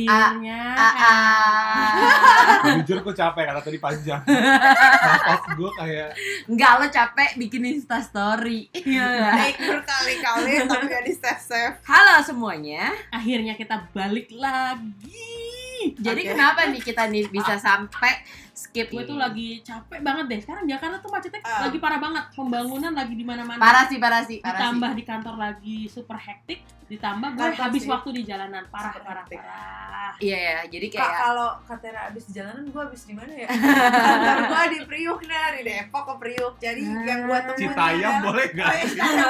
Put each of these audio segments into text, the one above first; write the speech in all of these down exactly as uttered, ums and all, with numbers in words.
akhirnya. Ah, ah, ah. Jujur gue capek karena tadi panjang. Nafas gue kayak Enggak, lo capek bikin Insta story. Iya. Naik berkali-kali tapi gak di save-save. Halo semuanya. Akhirnya kita balik lagi. Jadi Oke. kenapa nih kita nih bisa sampai skip Gue ini? tuh lagi capek banget deh. Sekarang Jakarta tuh macetnya Ah. lagi parah banget. Pembangunan lagi di mana-mana. Parah sih, parah sih, parah Ditambah sih. di kantor lagi super hektik. Ditambah gue Kantor habis sih. waktu di jalanan. Parah, Super parah, hektik. parah. Iya ya, jadi Kak, kayak kalau Katera abis di jalanan, gue abis di mana ya? Kantor gue di Priuk nih, dari Depok ke Priuk. Jadi Ah. yang gue temuin Citayam adalah- boleh gak? Oh, iya, Citayam.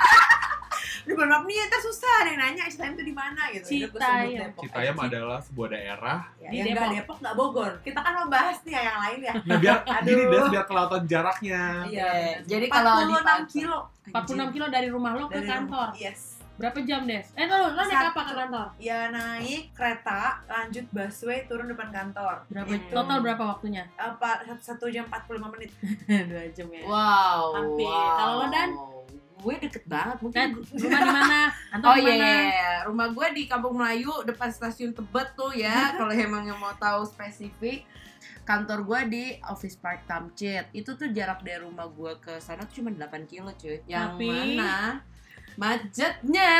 Di maaf nih, kita susah ada yang nanya Citayam itu di mana gitu. Udah gua sebut Citayam. Depok Citayam aja. adalah sebuah daerah. Ya, Di yang Depok. nggak Depok nggak Bogor. Kita kan mau bahas nih yang lain ya. Nah biar Aduh. gini deh biar kelihatan jaraknya. Iya. Jadi kalau di empat puluh enam Pantai- kilo. empat puluh enam kilo dari rumah lo ke Dari kantor. rumah. Yes. Berapa jam, Des? Eh, lo, lo naik Satu. apa ke kantor? Ya naik kereta, lanjut busway, turun depan kantor. Berapa Gitu. total berapa waktunya? Apa satu jam empat puluh lima menit. dua jam ya. wow. Hampir. wow. Kalau lo, Dan? Gue deket banget Dan mungkin. rumah di mana? Kantor Oh di iya, mana? iya, iya. Rumah gue di Kampung Melayu depan stasiun Tebet tuh ya. Kalau emang yang mau tahu spesifik, kantor gue di Office Park Tamcit. Itu tuh jarak dari rumah gue ke sana tuh cuma delapan kilo cuy. Yang Tapi- mana macetnya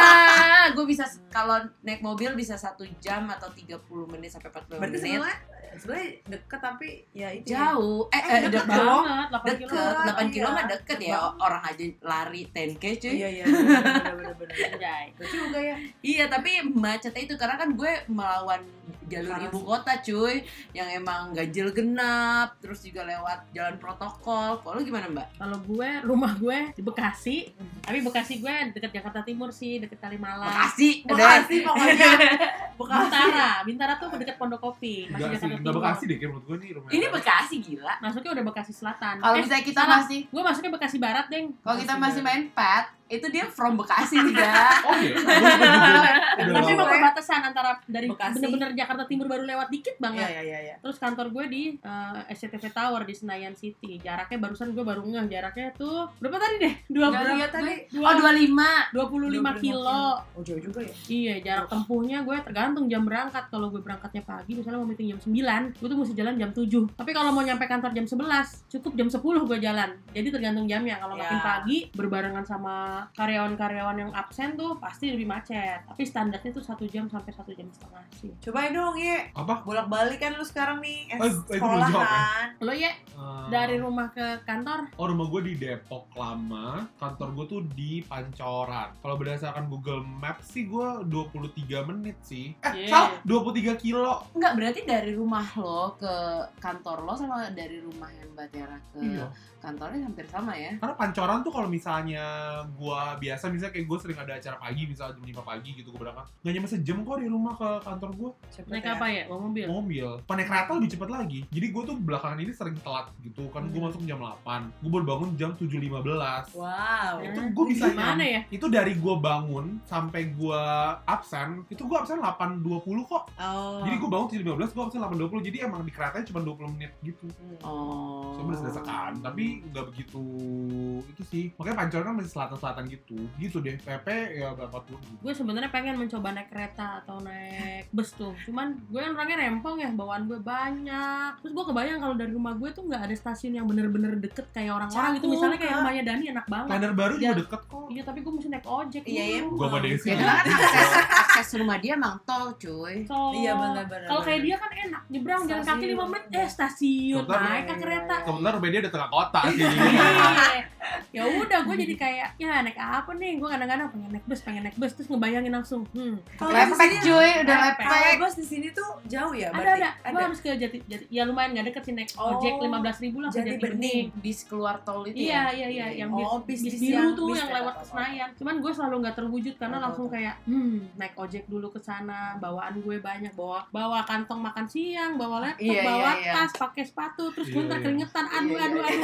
gue bisa kalau naik mobil bisa satu jam atau tiga puluh menit sampai empat puluh Berarti menit. sebenarnya sebenarnya deket tapi ya itu. ya. Jauh. Eh, Eh, eh deket deket. Banget, delapan kilo. Deket, delapan kilo iya. mah deket ya. Banget. Orang aja lari sepuluh K cuy. Iya iya benar benar benar. Anjay. Betul juga ya. Iya, tapi macetnya itu karena kan gue melawan jalur Parah ibu sih. kota cuy, yang emang ganjil genap, terus juga lewat jalan protokol. Kalau lu gimana mbak? Kalau gue, rumah gue di Bekasi. Tapi Bekasi gue deket Jakarta Timur sih, deket Kalimalang. Bekasi, Bekasi pokoknya. Bekasi. Bintara, Bintara tuh deket Pondok Kopi. Masih Enggak sih, Jakarta enggak Timur. Bekasi deh kayak menurut gue nih rumahnya. Ini Bekasi gila. Masuknya udah Bekasi Selatan. Kalau Eh, misalnya kita salah. masih, Gue masuknya Bekasi Barat, Deng. kalau kita Bekasi masih Barat. main pet, itu dia from Bekasi juga. Oh iya, gue juga jujur. Udah Tapi lama. emang perbatasan antara dari Bekasi. bener-bener Jakarta Timur baru lewat dikit Iya banget. iya iya iya. Terus kantor gue di uh, S C T V Tower di Senayan City. Jaraknya barusan gue baru ngeh. Jaraknya tuh berapa tadi deh? dua Nggak puluh lihat tadi. gue. Oh dua puluh lima. dua puluh lima kilo. Oh jauh juga ya. Iya, jarak tempuhnya gue tergantung jam berangkat. Kalau gue berangkatnya pagi, misalnya mau meeting jam sembilan, gue tuh mesti jalan jam tujuh. Tapi kalau mau nyampe kantor jam sebelas, cukup jam sepuluh gue jalan. Jadi tergantung jamnya. Kalau makin Ya. pagi, berbarengan sama karyawan-karyawan yang absen tuh pasti lebih macet. Tapi standarnya tuh satu jam sampai satu jam setengah sih. Cobain dong ya. Apa? Bolak-balik kan lu sekarang nih Oh, es itu belum jawab ya? sekolahan. Lo ya, Eh, dari rumah ke kantor, Oh rumah gue di Depok lama, kantor gue tuh di Pancoran. Kalau berdasarkan Google Maps sih gue dua puluh tiga menit sih. Eh Yeah. salah, dua puluh tiga kilo. Enggak, berarti dari rumah lo ke kantor lo sama dari rumah yang Mbak Tera ke Iya. kantornya hampir sama ya. Karena Pancoran tuh kalau misalnya gue biasa, misalnya kayak gue sering ada acara pagi, misalnya jam lima pagi gitu gue berangkat. Nggak nyampe sejam kok dari rumah ke kantor gue. Cepet naik ya. apa ya? Bawa mobil? Mobil. Pas naik kereta lebih cepet lagi. Jadi gue tuh belakangan ini sering telat gitu. Kan gue Hmm. masuk jam delapan. Gue baru bangun jam tujuh lima belas. Wow. Itu Eh, gue bisa gimana nyam- ya? Itu dari gue bangun sampai gue absen, itu gue absen delapan dua puluh kok. Oh. Jadi gue bangun tujuh lima belas, gue absen delapan dua puluh. Jadi emang di keretanya cuma dua puluh menit gitu. Hmm. Oh. Sebenarnya berdasarkan, tapi nggak begitu itu sih. Makanya Pancoran kan masih selatan-selatan gitu. Gitu deh. P P ya berapa puluh. Gue sebenarnya pengen mencoba naik kereta atau naik bus tuh. Cuman gue kan orangnya rempong ya, bawaan gue banyak. Terus gue kebayang kalau dari rumah gue tuh nggak ada stasiun yang bener-bener deket kayak orang-orang gitu. Cakup, Misalnya kayak Kak. rumahnya Dani enak banget. Planner baru Ya. juga deket kok. Iya, tapi gue mesti naik ojek Iya, iya. dulu. Gua sama Desi. Ya karena kan akses, akses rumah dia emang tol cuy. So, Iya, benar-benar. kalau kayak dia kan enak, nyebrang jalan kaki Stasiun. lima menit, eh stasiun, Kebetulan- naik ke kereta. Kebetulan rumah dia udah tengah kota sih. Iya. Ya udah, gue jadi kayak ya naik apa nih? Gue kadang-kadang pengen naik bus, pengen naik bus terus ngebayangin langsung, hmm, Kalau di Lepek sini- cuy, udah Lepek. Kalau lepek. bos di sini tuh jauh ya ada berarti? ada. Gue harus ke Jati, Jati, ya lumayan nggak deket sih naik Oh, ojek lima belas ribu lah ke Jati Jati Bening. Bening. Bis keluar tol itu Iya ya. iya iya, yang Oh, bis, bis- bis bis biru yang- tuh bis yang kereta lewat ke apa-apa. Senayan. Cuman gue selalu nggak terwujud karena Betul, langsung betul. kayak, hmm, naik ojek dulu ke sana, bawaan gue banyak, bawa bawa kantong makan siang, bawa laptop, Iya, bawa iya, iya. tas, pakai sepatu, terus gue Iya, ntar iya. keringetan, aduh Iya, iya, aduh iya. aduh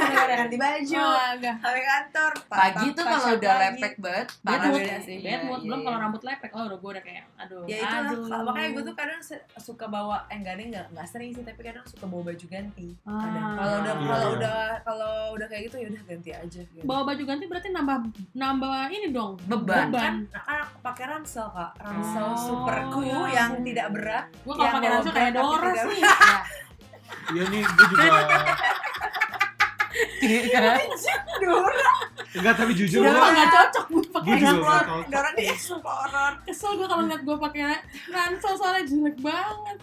ganti baju, Oh, enggak. sampai kantor. Pagi tuh kalau Tasya udah pagi. lepek banget, Bad parah mood, beda sih. bad Iya, mood. iya, Belum iya. kalau rambut lepek, oh udah gue udah kayak, aduh, Ya itulah, aduh. Kak. Makanya gue tuh kadang se- suka bawa, eh enggak nih, enggak, enggak sering sih, tapi kadang suka bawa baju ganti. Kadang. Ah. Kalau udah Iya, kalau iya. udah kalau udah kayak gitu ya udah ganti aja. Gitu. Bawa baju ganti berarti nambah nambah ini dong. Beban. Kan, kan pakai ransel kak, ransel Oh, super cool iya. yang tidak berat. Gue kalau Yang pakai bawa ransel kayak brand tapi Dora tidak sih. Iya. Iya nih, gue juga. Dora, Enggak, tapi jujur Cuma gue. nggak cocok gue pakai Gue juga ransel. nggak tahu. Dora di Explorer. Kesel gue kalau ngeliat gue pakai ransel soalnya jelek banget.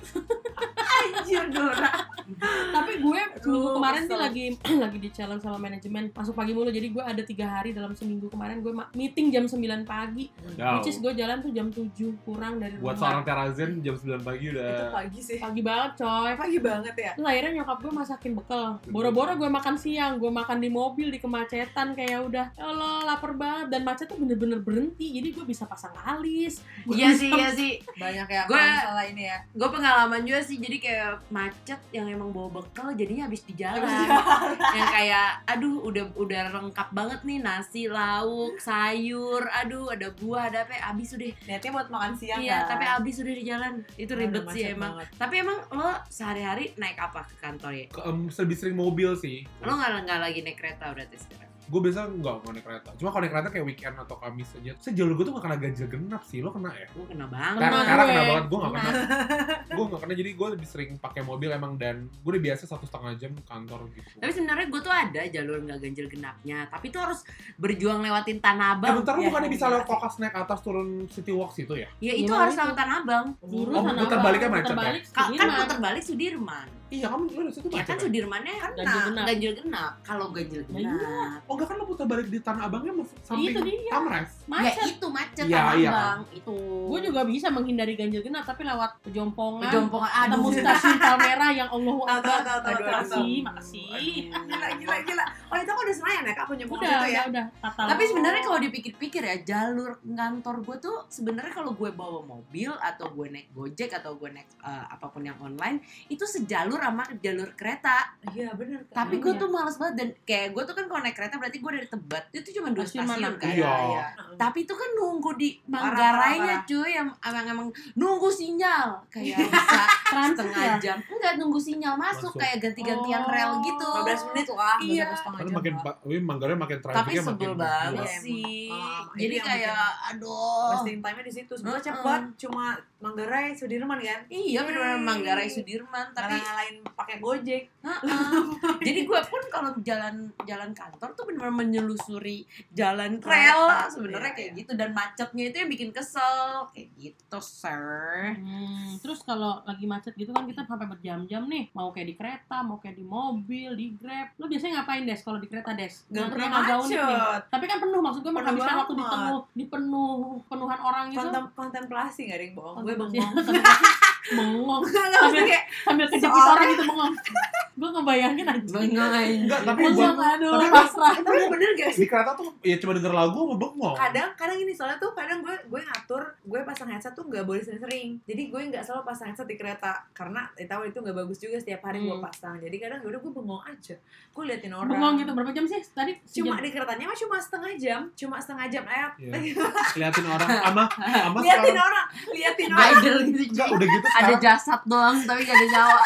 Anjir Dora. Tapi gue seminggu Aduh, kemarin sih kesel. lagi lagi di challenge sama manajemen masuk pagi mulu. Jadi gue ada tiga hari dalam seminggu kemarin gue ma- meeting jam sembilan pagi. Wow. Which is gue jalan tuh jam tujuh kurang dari Buat rumah. seorang Terazen jam sembilan pagi Itu udah. pagi sih. Pagi banget coy. Pagi banget ya. Terus akhirnya nyokap gue masakin bekal. Boro-boro gue makan siang, gue makan di mobil di kemacetan kayak udah, ya Allah lapar banget dan macet tuh bener-bener berhenti. Jadi gue bisa pasang alis. Gua Iya bisa- sih, iya sih. Banyak yang Gua- masalah ini ya. Gue pengalaman juga sih, jadi kayak macet yang emang bawa bekal jadinya habis di jalan. Yang kayak aduh udah udah lengkap banget nih, nasi, lauk, sayur, aduh ada buah, ada apa, habis udah. Niatnya buat makan siang Iya, kan. tapi habis udah di jalan. Itu Aduh, ribet sih macet emang. banget. Tapi emang lo sehari-hari naik apa ke kantor ya? Ke- em, lebih sering mobil sih. Lo nggak nggak lagi naik kereta berarti sekarang? Gue biasa nggak mau naik kereta. Cuma kalau naik kereta kayak weekend atau Kamis aja. Saya jalur gue tuh nggak kena ganjil genap sih. Lo kena ya? Gue kena banget. Kena Karena karena gue. kena banget, gue nggak kena. Kena. Gue nggak kena, jadi gue lebih sering pakai mobil emang, dan gue udah biasa satu setengah jam kantor gitu. Tapi sebenarnya gue tuh ada jalur nggak ganjil genapnya, tapi tuh harus berjuang lewatin Tanah Eh Abang. bentar, lu Ya, bukannya bisa iya. lewat Kokas naik atas turun City Walk situ ya? Ya itu Gimana harus itu? lewat Tanah Abang. Lurus Oh, Tanah putar Abang, baliknya macet putar ya? balik Ka- kan Sudirman. putar balik Sudirman. Iya, kamu lu di situ Ya macet kan ya? Sudirmannya kan Ganjil genap. ganjil genap. Kalau ganjil Nah, iya. genap. Oh enggak, kan lo putar balik di Tanah Abangnya mas- samping Itu dia. Amres. Ya Macet. itu macet Iya, Tanah iya. Abang itu. Gue juga bisa menghindari ganjil genap tapi lewat pejompongan. Pejompongan. Ketemu Aduh. stasiun Palmerah yang Allahu Tahu tahu Akbar. tahu tahu. Aduh, tahu, Makasih, tahu. makasih. Gila gila gila. Oh itu aku udah Senayan ya kak punya mobil Udah, itu ya. udah, udah. Fatal. Tapi sebenarnya kalau dipikir-pikir ya, jalur kantor gue tuh sebenarnya kalau gue bawa mobil atau gue naik Gojek atau gue naik eh, apapun yang online itu sejalur sama jalur kereta. Iya benar. Kak. Tapi Emang gue ya? tuh males banget, dan kayak gue tuh kan kalau naik kereta berarti gue dari Tebet itu cuma dua Stasiun stasiun mana? kan. Iya. Tapi itu kan nunggu di Parah, Manggarainya parah, cuy, yang emang emang nunggu sinyal kayak bisa transit setengah ya. jam. Enggak nunggu sinyal masuk, Masuk. kayak ganti-gantian Oh. rel gitu. lima belas menit lah. Iya. Setengah Karena jam makin lah. pa- wih, Manggarai makin Tapi trafiknya makin sebel banget gila. Iya, sih. emang. Ah, Jadi itu yang kayak aduh. Wasting time-nya di situ. Sebenarnya Heeh. cepet, cuma Manggarai Sudirman kan. Iya benar-benar Yeay. Manggarai Sudirman, tapi Ngalah-ngalahin pakai Gojek. heeh. Jadi gue pun kalau jalan jalan kantor tuh benar-benar menyelusuri jalan rel sebenarnya Iya, kayak iya. gitu, dan macetnya itu yang bikin kesel kayak gitu, sir. Hmm, terus kalau lagi macet gitu kan kita sampai berjam-jam nih, mau kayak di kereta, mau kayak di mobil, di Grab. Lo biasanya ngapain Des kalau di kereta Des? Gak Yang pernah agak unik nih. macet. Tapi kan penuh, maksud gue Penuh menghabiskan waktu di banget. penuh, di penuh penuhan orang gitu. Kontem kontemplasi nggak ada yang bohong. Gue Kontemplasi. bengong. Bengong Nggak nggak maksudnya kayak sambil kejepit Soalnya- orang gitu bengong. Gue ngebayangin aja. Bengong aja. Enggak, tapi Bengong, buat aduh, tapi- pasrah. tapi bener gak sih? di kereta tuh ya cuma denger lagu sama bengong. Kadang kadang ini soalnya tuh kadang gue gue ngatur gue pasang headset tuh nggak boleh sering-sering. Jadi gue nggak selalu pasang headset di kereta karena ya tahu itu nggak bagus juga setiap hari gue Hmm. pasang. Jadi kadang udah gue bengong aja. Gue liatin orang. Bengong gitu berapa jam sih tadi? Cuma Sejam. di keretanya mah cuma setengah jam, cuma setengah jam ayat. Iya. Liatin orang sama sama liatin sekarang- orang, liatin orang. Idol gitu Enggak, cuy. udah gitu Ada sekarang jasad doang tapi gak ada nyawa.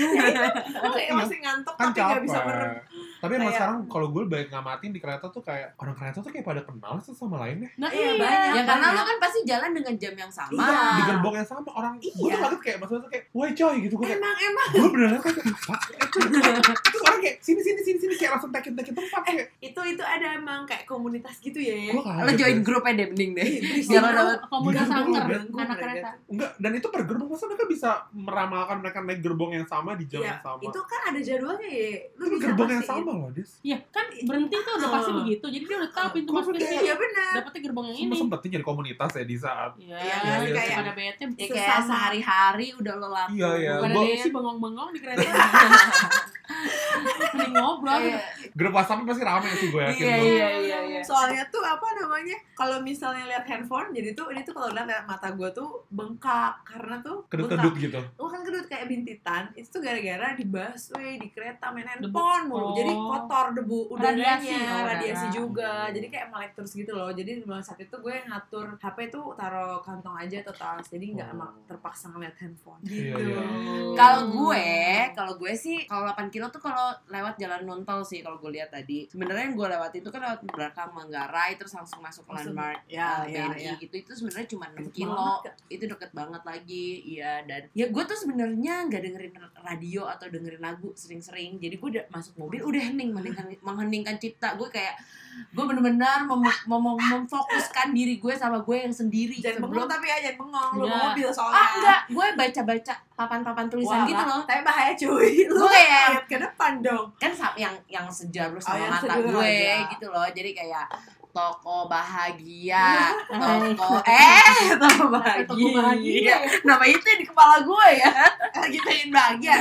Gue kayak masih ngantuk kan tapi nggak bisa merem. capek. Tapi emang Kayak- sekarang kalau gue baik ngamatin di kereta tuh kayak orang kereta tuh kayak pada kenal satu sama lainnya. Nah, Iya, iya, banyak. Ya karena banyak. lo kan pasti jalan dengan jam yang sama. Iya. Di gerbong yang sama orang. Gue Iya. tuh kaget kayak maksudnya tuh kayak, woi coy gitu gue kayak. Emang emang Gue beneran kayak apa? Terus orang kayak sini sini sini sini kayak langsung tekin tekin tempat kayak. itu itu ada emang kayak komunitas gitu ya ya. Gue kaget. Lo join deh. grupnya deh mending deh. Berisik Biar lo banget. dapet. komunitas Di gerbong angker ganggu anak mereka kereta. Enggak, dan itu per gerbong masa mereka bisa meramalkan mereka naik gerbong yang sama di jam Iya, yang sama. itu kan ada jadwalnya ya. Lu Itu bisa gerbong yang pastiin. sama loh, Des. Iya, kan berhenti tuh udah pasti Ah. begitu. Jadi dia udah tahu pintu Gua masuknya bener. sini. Iya benar. Dapetnya gerbong yang Semua ini. sempetnya jadi komunitas ya di saat. Iya, Iya, iya, iya, kayak iya. pada bete. Ya kayak Sesama. sehari-hari udah lo lakuin. Iya, iya. Pada Gua- Desi bengong-bengong di kereta. Mending ngobrol. Kayak Grup WhatsApp pasti rame sih gue yakin. Iya tuh. iya iya iya. Soalnya tuh apa namanya? Kalau misalnya lihat handphone, jadi tuh ini tuh kalau lihat lihat mata gue tuh bengkak karena tuh Kedut-kedut gitu. Lu kan kedut kayak bintitan. Itu tuh gara-gara di busway, di kereta main Debu. handphone mulu. Oh. Jadi kotor debu udaranya, Radiasi, radiasi, oh, radiasi. juga. Jadi kayak melek terus gitu loh. Jadi mulai saat itu gue ngatur H P tuh taruh kantong aja atau tas. Jadi nggak Oh. emak terpaksa ngeliat handphone. Iya, Gitu. iya. Kalau gue, kalau gue sih kalau delapan kilo tuh kalau lewat jalan non-tol sih kalau gue lihat tadi. Sebenarnya yang gue lewat itu kan lewat belakang Manggarai terus langsung masuk ke Langsung, landmark ya, eh, ya, B N I ya. gitu. Itu sebenarnya cuma enam Deket kilo. banget, Kak. Itu deket banget lagi. Iya dan ya gue tuh sebenarnya nggak dengerin radio atau dengerin lagu sering-sering. Jadi gue udah masuk mobil udah hening mengheningkan, mengheningkan cipta. Gue kayak gue bener-bener mem mem memfokuskan diri gue sama gue yang sendiri Jangan bengong tapi ya, jangan bengong. Lu Iya. mobil soalnya. ah enggak gue baca-baca papan-papan tulisan Wah, gitu Kak, loh. tapi bahaya cuy. Lu Gue kayak lihat ke depan dong. kan sa- yang yang sejarah sama Oh, yang mata sejarah gue aja. gitu loh. Jadi kayak toko bahagia, toko eh toko bahagia. Toko bahagia. Nama itu di kepala gue ya. Lagi pengen bahagia.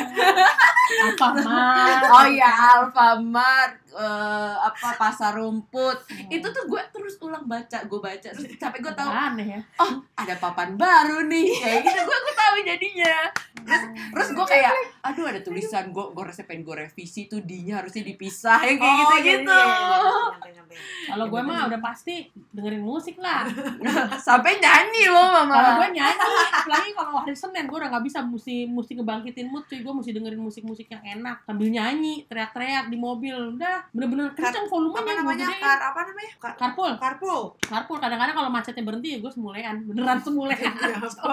Apa mah? Oh ya Alfamart, eh, apa Pasar Rumput. Itu tuh gue terus ulang baca, gue baca terus sampai gue tahu Aneh ya. oh ada papan baru nih kayak gitu gue gue tahu jadinya. Terus terus gue kayak aduh ada tulisan gue gue resep pengen gue revisi tuh D-nya harusnya dipisah yang kayak Oh, gitu iya, gitu. iya, iya, iya, iya, iya. Kalau gue mah udah pasti dengerin musik lah. Sampai nyanyi loh mama. Kalau gue nyanyi, apalagi kalau hari Senin gue udah nggak bisa mesti mesti ngebangkitin mood cuy. Gue mesti dengerin musik-musik yang enak sambil nyanyi, teriak-teriak di mobil. Udah bener-bener kenceng Apa volumenya gue namanya? gedein. Kar apa namanya? Kar Carpool, Carpool. carpool. Kadang-kadang kalau macetnya berhenti ya gue semulean, beneran semulean. Ya, apa?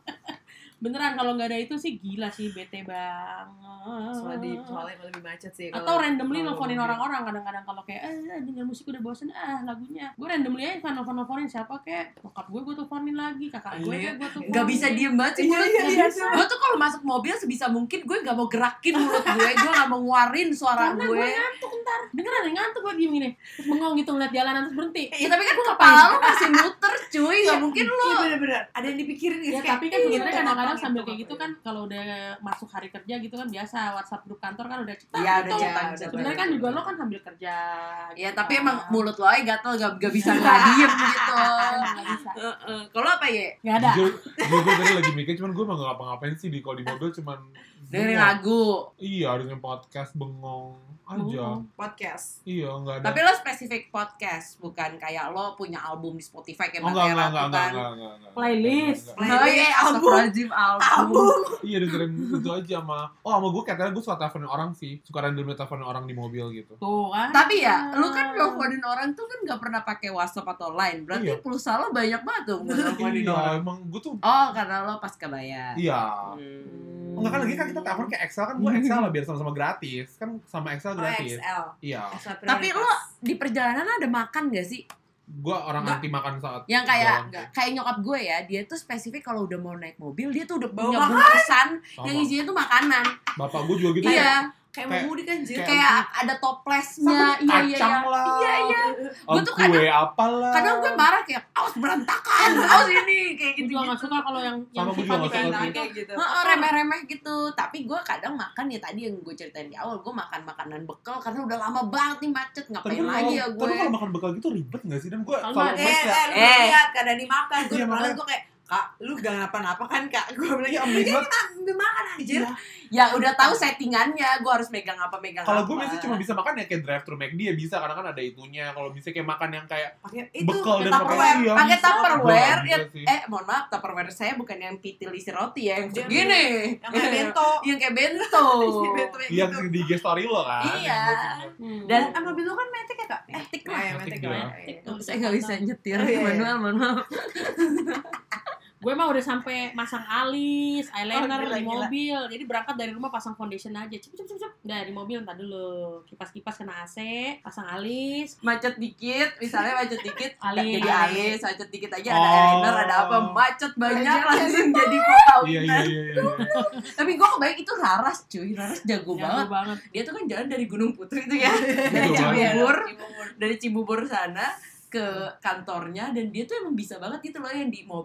Beneran kalau nggak ada itu sih gila sih, bete banget. Soalnya di soalnya lebih macet sih. Atau kalau- randomly kalau nelfonin mobil. orang-orang kadang-kadang kalau kayak eh denger musik udah bosen ah lagunya. Gue randomly aja kan nelfon-nelfonin siapa kayak bokap gue gue teleponin lagi, kakak gue Iya. gue teleponin. Gak bisa diem banget sih Iya, mulut iya, gue. iya. Gue tuh kalau masuk mobil sebisa mungkin gue gak mau gerakin mulut gue, gue gak mau ngeluarin suara Karena gue. gue ngantuk ntar. Beneran nih ngantuk gue diem gini. Terus bengong gitu ngeliat jalanan terus berhenti. Ya tapi kan kepala lu masih muter cuy, gak mungkin lu. Iya bener-bener. Ada yang dipikirin gitu. Ya kayak, tapi kan "Ih, sebenarnya itu kadang-kadang apa, sambil itu kayak apa." gitu kan kalau udah masuk hari kerja gitu kan biasa WhatsApp grup kantor kan udah cetak Iya gitu. udah cetak. udah cetak. Sebenarnya kan juga lo kan sambil kerja. Ya gitu tapi kan. emang mulut lo aja gatel gak, gak bisa gak diem gitu. Kan nggak bisa. Heeh. Kalau apa ya? Nggak ada. Jujur, jujur gue tadi lagi mikir, cuman gue emang gak ngapa-ngapain sih di kalau di mobil cuman Dengerin bengong. lagu. Iya, dengerin podcast bengong aja. Bengong. Podcast. Iya, enggak ada. Tapi lo spesifik podcast, bukan kayak lo punya album di Spotify kayak Oh, enggak, enggak, Matera enggak, tuh enggak, kan. enggak, enggak, enggak. Playlist. Enggak, enggak. Playlist. Oh iya, Album. Astagfirullahaladzim, album. Album. Iya, dengerin itu aja sama. Oh, sama gue katanya gue suka teleponin orang sih. Suka random teleponin orang di mobil gitu. Tuh kan. Tapi ya, lu kan nelfonin orang tuh kan gak pernah pakai WhatsApp atau Line. Berarti Iya. pulsa lo banyak banget tuh buat nelfonin Iya, orang. emang gue tuh Oh, karena lo pas kebayar. iya. Hmm. Enggak kan lagi kan kita telepon kayak Excel kan gue Excel lah biar sama-sama gratis. Kan sama Excel Oh, gratis. X L. Iya. X L Tapi lo prioritas. di perjalanan ada makan gak sih? Gue orang Enggak. anti makan saat Yang kayak jalan. kayak nyokap gue ya, dia tuh spesifik kalau udah mau naik mobil, dia tuh udah Bawa punya makan. bungkusan Sama. yang isinya tuh makanan. Bapak gue juga gitu. Iya, Kayak Kayak- mau mudik anjir. kayak- kayak ada toplesnya. Iya, iya, Kacang iya. lah. Iya, iya. Oh, Gue tuh kue apalah. Kadang gue marah kayak, awas berantakan, awas ini kayak Gue gitu. juga nggak suka kalau yang yang Sama gue juga nggak suka sifat-sifat sih. gitu. kayak gitu. Heeh, remeh-remeh gitu. Tapi gue kadang makan ya tadi yang gue ceritain di awal, gue makan makanan bekal karena udah lama banget nih macet, Tapi ngapain kan lagi kalau, ya gue. tapi kalau makan bekal gitu ribet gak sih? Dan gue Kalau kalau ma- Eh, mes eh, ya. lu Eh. lihat keadaan dimakan. Gue Iya, pernah makanya. gue kayak, Kak, lu gak ngapa-ngapa kan, Kak? Gue bilang, Iya, ya, ambil ini banget. ambil makan anjir. Iya. Ya udah tahu settingannya, gue harus megang apa megang Kalau apa. gue biasanya cuma bisa makan ya kayak drive thru McD ya bisa karena kan ada itunya. Kalau bisa kayak makan yang kayak Pakai itu, bekal dan Tupperware. pakai iya. pakai bisa. Tupperware Gua ya, enggak sih. eh mohon maaf Tupperware saya bukan yang pitil isi roti ya yang Dia segini yang kayak bento. yang kayak bento Isi bento kayak Yang gitu. di G story lo kan. Iya. Hmm. Dan Eh, mobil lu kan metik ya, Kak? Eh, Metik oh, lah. iya, Metik metik juga. lah. Metik. Iya. saya nggak bisa nyetir Oh, iya, iya. manual mohon maaf. Gue mah udah sampai masang alis, eyeliner Oh, gila, di gila. mobil. Jadi berangkat dari rumah pasang foundation aja. Cep cep cep cep. Udah di mobil entar dulu. Kipas-kipas kena A C, pasang alis. Macet dikit misalnya macet dikit Alis. jadi alis macet dikit aja ada Oh. eyeliner ada apa macet banyak Banyak. langsung jadi kota Iya iya iya iya. tapi gue kebayang itu Laras cuy Laras jago Jago banget banget. dia tuh kan jalan dari Gunung Putri itu ya dari Jago banget. Cibubur dari Cibubur sana ke kantornya dan dia tuh emang bisa banget gitu loh yang di mobil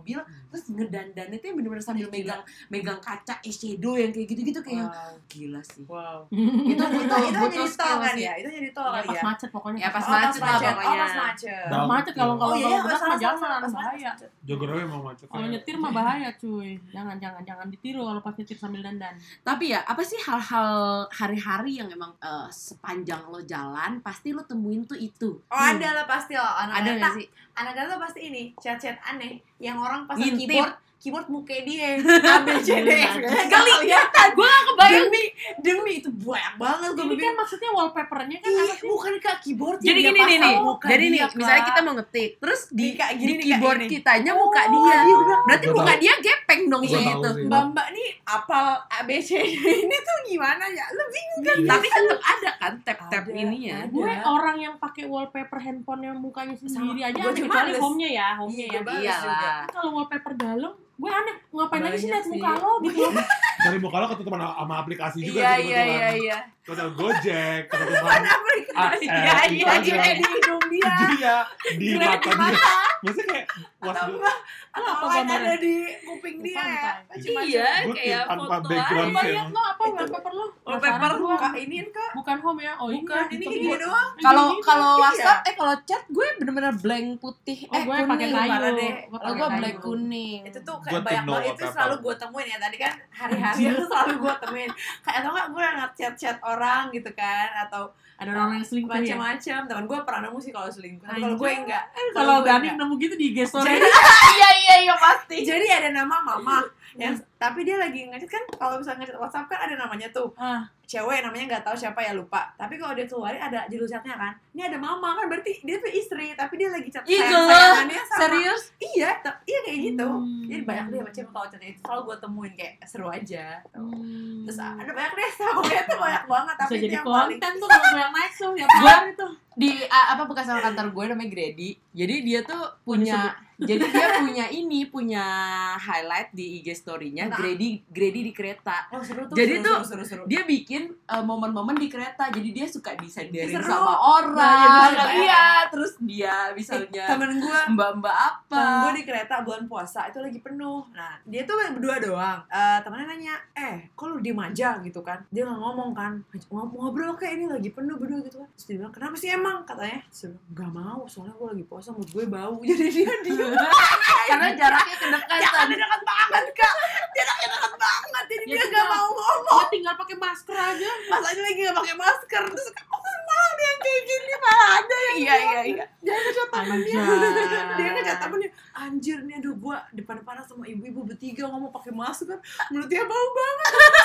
terus ngedandannya tuh yang bener-bener sambil Gila. megang megang kaca eyeshadow yang kayak gitu-gitu kayak Wow. gila sih. Wow. Itu Itu butuh itu butuh jadi tol skill kan sih. ya? Itu jadi tol Ya, kali pas ya? macet pokoknya. Ya, pas Oh, macet lah Oh, pokoknya. pas macet. Dah. Macet kalau Oh, kalau iya, kalau iya, berat salah, mah salah, jangan pas bahaya. macet. Joggernya emang macet. Kalau nyetir mah bahaya cuy. Jangan jangan jangan ditiru kalau pas nyetir sambil dandan. Tapi ya, apa sih hal-hal hari-hari yang emang eh, sepanjang lo jalan pasti lo temuin tuh itu. Oh ada lah pasti lah. Anak Ada data, nggak sih? anak data pasti ini chat-chat aneh yang orang pasang Ngintip. keyboard keyboard muka dia A B C D F gak kelihatan. Gue gak kebayang. Demi demi itu banyak banget gue Ini kan maksudnya wallpapernya kan Ih, apa sih? bukan kak keyboard Jadi dia gini nih pasang nih. muka Jadi dia, nih, Kak. misalnya kita mau ngetik, terus di, Nih, Kak, gini di nih, Kak, keyboard gini. kitanya muka Oh, dia. dia udah. Berarti Gua muka tahu. dia gepeng dong Gua kayak tahu gitu. sih. Mbak Mbak nih apal A B C D ini tuh gimana ya? Lu bingung kan? Tapi tetap ada kan tap-tap Ada, ininya. ada. Gue orang yang pakai wallpaper handphonenya mukanya sendiri aja Gua aneh, juga kecuali males. home-nya ya, home-nya Iya, ya. gua males Iya juga. lah. Kalau wallpaper dalam, gue aneh ngapain aja sih Banyak liat sih. muka lo gitu loh. Dari muka lo ketutupan sama aplikasi juga Iya sih iya iya iya. Ketutupan Gojek, ketutupan A S, Iya, iya, Instagram. Kayak di hidung dia. Iya, di Grab mata di dia. mata. Maksudnya kayak was Atau dulu. enggak atau Apa lain gambarnya? ada di kuping Di dia ya. pantai. Macem-macem. Iya, Gue kayak tanpa foto background Coba sih liat emang. lo apa Itu. wallpaper lo? Wallpaper Penasaran gua. Kak ini kak Bukan home ya? Oh Bukan, iya. ini Itu kayak gini gua- doang. Kalau Gini-gini. kalau Iya. WhatsApp eh kalau chat gue bener-bener blank putih Oh, eh gue kuning. pakai kayu. parah deh. Gua Kalau pakai gue kayu. black kuning. Itu tuh Gua kayak banyak tuh no banget itu wallpaper. selalu gue temuin ya tadi kan hari-hari itu selalu gue temuin kayak atau enggak gue ngeliat chat-chat orang gitu kan atau Ada orang yang selingkuh ya. macam-macam teman gue pernah nemu sih kalau selingkuh tapi kalau Anjir. gue enggak Kalau gue Dani enggak. nemu gitu di I G story. Jadi, Iya iya iya pasti. jadi ada nama mama yang tapi dia lagi ngechat kan kalau misalnya ngechat WhatsApp kan ada namanya tuh Ah, cewek namanya nggak tahu siapa ya lupa tapi kalau dia keluarin ada judul chatnya kan ini ada mama kan berarti dia tuh istri tapi dia lagi chat Ih, sayang-sayangannya sama Serius? iya ta- iya kayak gitu Hmm. jadi banyak deh macam kalau chatnya itu selalu gue temuin kayak seru aja tuh. hmm. Terus ada banyak deh pokoknya tuh banyak banget tapi Bisa itu jadi yang paling konten tuh kalau gue yang naik tuh ya Gua- hari tuh. Di a- apa bekas sama kantor gue namanya Grady. Jadi dia tuh punya jadi dia punya ini punya highlight di I G story-nya Nah. Grady Grady di kereta. oh seru tuh Jadi seru, tuh, seru, seru, seru. Dia bikin uh, momen-momen di kereta. Jadi dia suka disenderin Seru. sama Nah, orang. iya, gua suka. Iya, terus dia Eh, misalnya temen gue mbak-mbak apa. temen gue di kereta bulan puasa itu lagi penuh nah dia tuh berdua doang Eh temennya nanya eh kok lu diem aja gitu kan dia nggak ngomong kan Ngob- ngobrol kayak ini lagi penuh berdua gitu kan terus dia bilang kenapa sih emang katanya terus dia bilang, nggak mau soalnya gue lagi puasa mulut gue bau jadi dia diem Karena jaraknya kedekatan. jangan dekat banget kak dia dekat dekat banget jadi Ya, dia nggak tinggal- mau ngomong Dia tinggal pakai masker aja. masanya lagi nggak pakai masker terus oh malah ada yang kayak gini malah ada yang Iya iya iya. dia ngechat temennya Anjay. dia ngechat temennya anjir nih aduh gua depan-depan sama ibu-ibu bertiga ngomong pakai masker mulutnya bau banget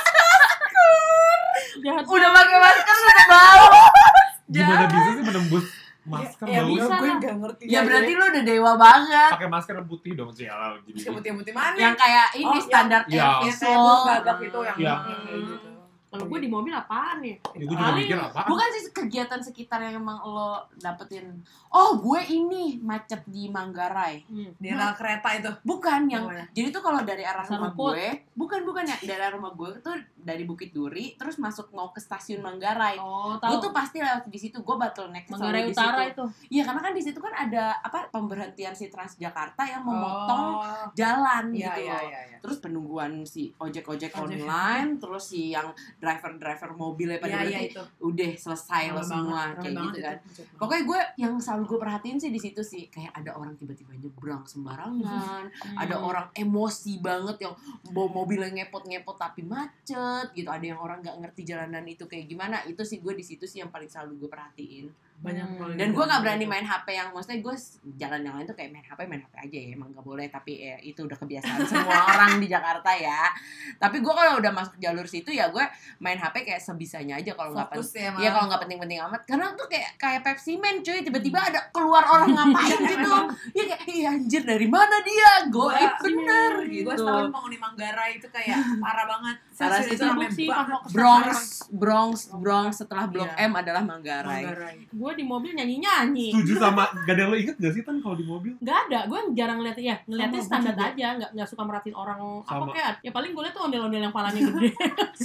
Jahat Udah pakai masker udah bau. Gimana bisa sih menembus masker ya, bau? bisa gue lah. nggak ngerti Ya berarti lu udah dewa banget. Pakai masker yang putih dong sih ala jadi. putih-putih mana Yang kayak ini Oh, standar yang- air Yang yang kayak bos visual. gagak itu yang Iya. yang kayak gitu Kalau gue di mobil apaan ya? Ya, gue juga Paling- mikir apa? Bukan sih kegiatan sekitar yang emang lo dapetin. Oh, gue ini macet di Manggarai. Hmm. di rel kereta itu Bukan yang Yang mana? jadi tuh kalau dari arah rumah Sarukut. gue, bukan bukan ya dari arah rumah gue tuh dari Bukit Duri terus masuk mau ke stasiun Manggarai. Oh, Gue tahu. tuh pasti lewat di situ. Gue bottleneck Manggarai selalu di Utara situ. itu. Iya, karena kan di situ kan ada apa pemberhentian si Transjakarta yang memotong oh jalan iya gitu iya loh. iya iya Terus penungguan si ojek-ojek Ojek. online, terus si yang driver-driver mobilnya pada iya iya berhenti, itu udah selesai lo Rame semua banget, rame kayak banget gitu itu. kan. Pokoknya gue yang selalu gue perhatiin sih di situ sih kayak ada orang tiba-tiba nyebrang sembarangan, Hmm. ada orang emosi banget yang bawa mobilnya ngepot-ngepot tapi macet gitu, ada yang orang nggak ngerti jalanan itu kayak gimana. Itu sih gue di situ sih yang paling selalu gue perhatiin. banyak Hmm. banget. Dan gue nggak berani main H P yang maksudnya gue s- jalan yang lain tuh kayak main H P main H P aja ya, emang nggak boleh, tapi ya, itu udah kebiasaan semua orang di Jakarta ya. Tapi gue kalau udah masuk jalur situ ya gue main H P kayak sebisanya aja kalau nggak fokus penting. ya Iya kalau nggak penting-penting amat, karena tuh kayak kayak Pepsi Man cuy, tiba-tiba ada keluar orang ngapain gitu, ya kayak iya anjir dari mana dia, goib Gua- bener gue gitu. setahun penghuni Manggarai itu kayak parah banget Parah Serius, sih, itu itu rame sih, banget. pas mau ke Bronx, Bronx, Bronx setelah Blok Iya. M adalah Manggarai. Manggarai Gue di mobil nyanyi-nyanyi. Setuju sama gak ada yang lo inget gak sih Tan kalau di mobil? Gak ada, gue jarang ngeliat ya, ngeliatnya Sama, standar gua juga. aja, nggak nggak suka merhatiin orang apa Sama. kayak, ya paling gue liat tuh ondel-ondel yang palanya gede. Sialan.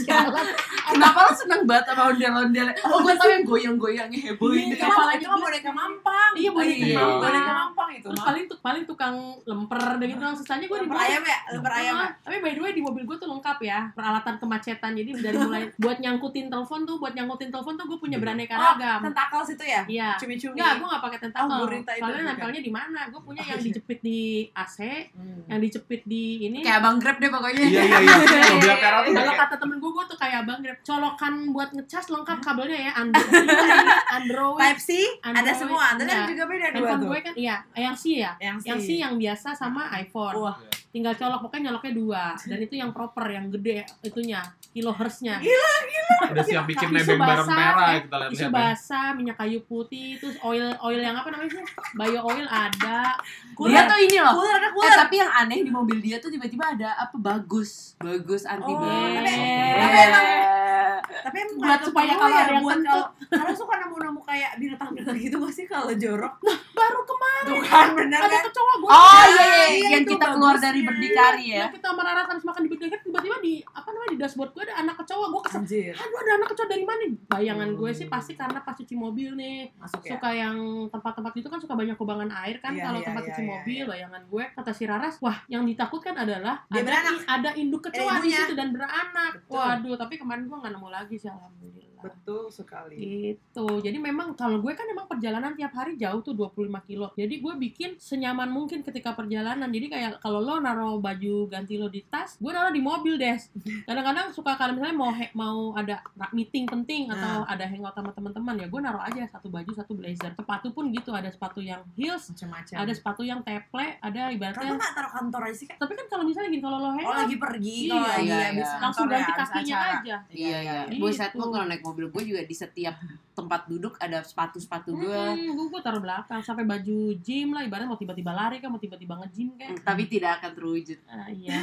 Kenapa lo seneng banget sama ondel-ondel? Oh, gue tau yang goyang-goyangnya heboh Ini ini. itu mah itu mah boneka mampang. Iya, boneka Iya. mampang. Boneka mampang itu Terus mah. paling tuh paling tukang lemper dan gitu langsung saja gue di Lemper ayam ya, lemper ayam ya. Ah, tapi by the way di mobil gue tuh lengkap ya peralatan kemacetan. Jadi dari mulai buat nyangkutin telepon tuh, buat nyangkutin telepon tuh gue punya beraneka Oh, ragam. tentakel situ ya? Iya. Cumi-cumi. Enggak, gue gak pakai Oh, tentakel. gurita itu Soalnya bukan. nempelnya di mana? Gue punya Oh, yang iya. dijepit di A C, Hmm. yang dijepit di ini. Kayak abang Grab deh pokoknya. Iya iya iya. Mobil Vera tuh Kalau kayak kata temen gue, gue tuh kayak abang Grab. Colokan buat ngecas lengkap kabelnya ya. Android, Android. Type C ada Android. semua. Ada Enggak. juga beda dua Handphone tuh. gue kan iya, yang C ya. Yang C. Yang C yang biasa sama iPhone. Wah. Tinggal colok, pokoknya nyoloknya dua. Dan itu yang proper, yang gede itunya, kilohertznya. udah siap bikin Isu nebeng bareng basah, Vera eh, kita lihat-lihat. Isu ya. basah, minyak kayu putih, terus oil oil yang apa namanya sih? Bio oil ada. Dia tuh ini loh. Cooler ada Eh cooler. tapi yang aneh di mobil dia tuh tiba-tiba ada apa bagus, bagus anti Oh, bau. tapi- Eh. tapi emang- Tapi emang Buat buat supaya supaya kalau ya, ada yang buat kentut. kalau karena suka nemu-nemu kayak binatang-binatang gitu gak sih kalau jorok? Baru kemarin Tuh kan bener ada kan? kecoa gue. Oh iya, iya, Iya, yang itu kita keluar bagusnya. dari berdikari ya. Yang kita merara habis makan di berdekar, tiba-tiba di apa namanya di dashboard gue ada anak kecoa. Gue kesel. Anjir. Aduh, ada anak kecoa dari mana? Bayangan gue sih Hmm. pasti karena pas cuci mobil nih. Masuk ya. Suka yang tempat-tempat itu kan suka banyak kubangan air kan. Iya, Kalau iya, tempat iya, cuci iya, mobil, iya. bayangan gue kata si Raras, wah yang ditakutkan adalah Dia ada, beranak. ada induk kecoa Eh, di ibunya. situ dan beranak. Betul. Waduh, tapi kemarin gue nggak nemu lagi sih, alhamdulillah. Betul sekali. Gitu. Jadi memang kalau gue kan emang perjalanan tiap hari jauh tuh dua puluh lima kilo. Jadi gue bikin senyaman mungkin ketika perjalanan. Jadi kayak kalau lo naruh baju ganti lo di tas, gue naruh di mobil, Des. Kadang-kadang suka kalau misalnya mau he- mau ada meeting penting atau ada hangout sama teman-teman ya, gue naruh aja satu baju, satu blazer. Sepatu pun gitu, ada sepatu yang heels, Macam-macam. ada sepatu yang teple, ada Kenapa ibaratnya. nggak taruh kantor aja sih kak? Tapi kan kalau misalnya gini, kalau lo Oh hangout lagi pergi, Iya, kalau lagi iya, habis iya. langsung kantor ya, ganti habis kakinya acara. aja. Iya iya. Gitu. Buset gue kalau naik mobil gue juga di setiap tempat duduk ada sepatu-sepatu gue. Hmm, gue, gue taruh belakang sampai baju gym lah, ibaratnya mau tiba-tiba lari kan, mau tiba-tiba nge-gym kan. Tapi tidak akan terwujud. Ah, iya.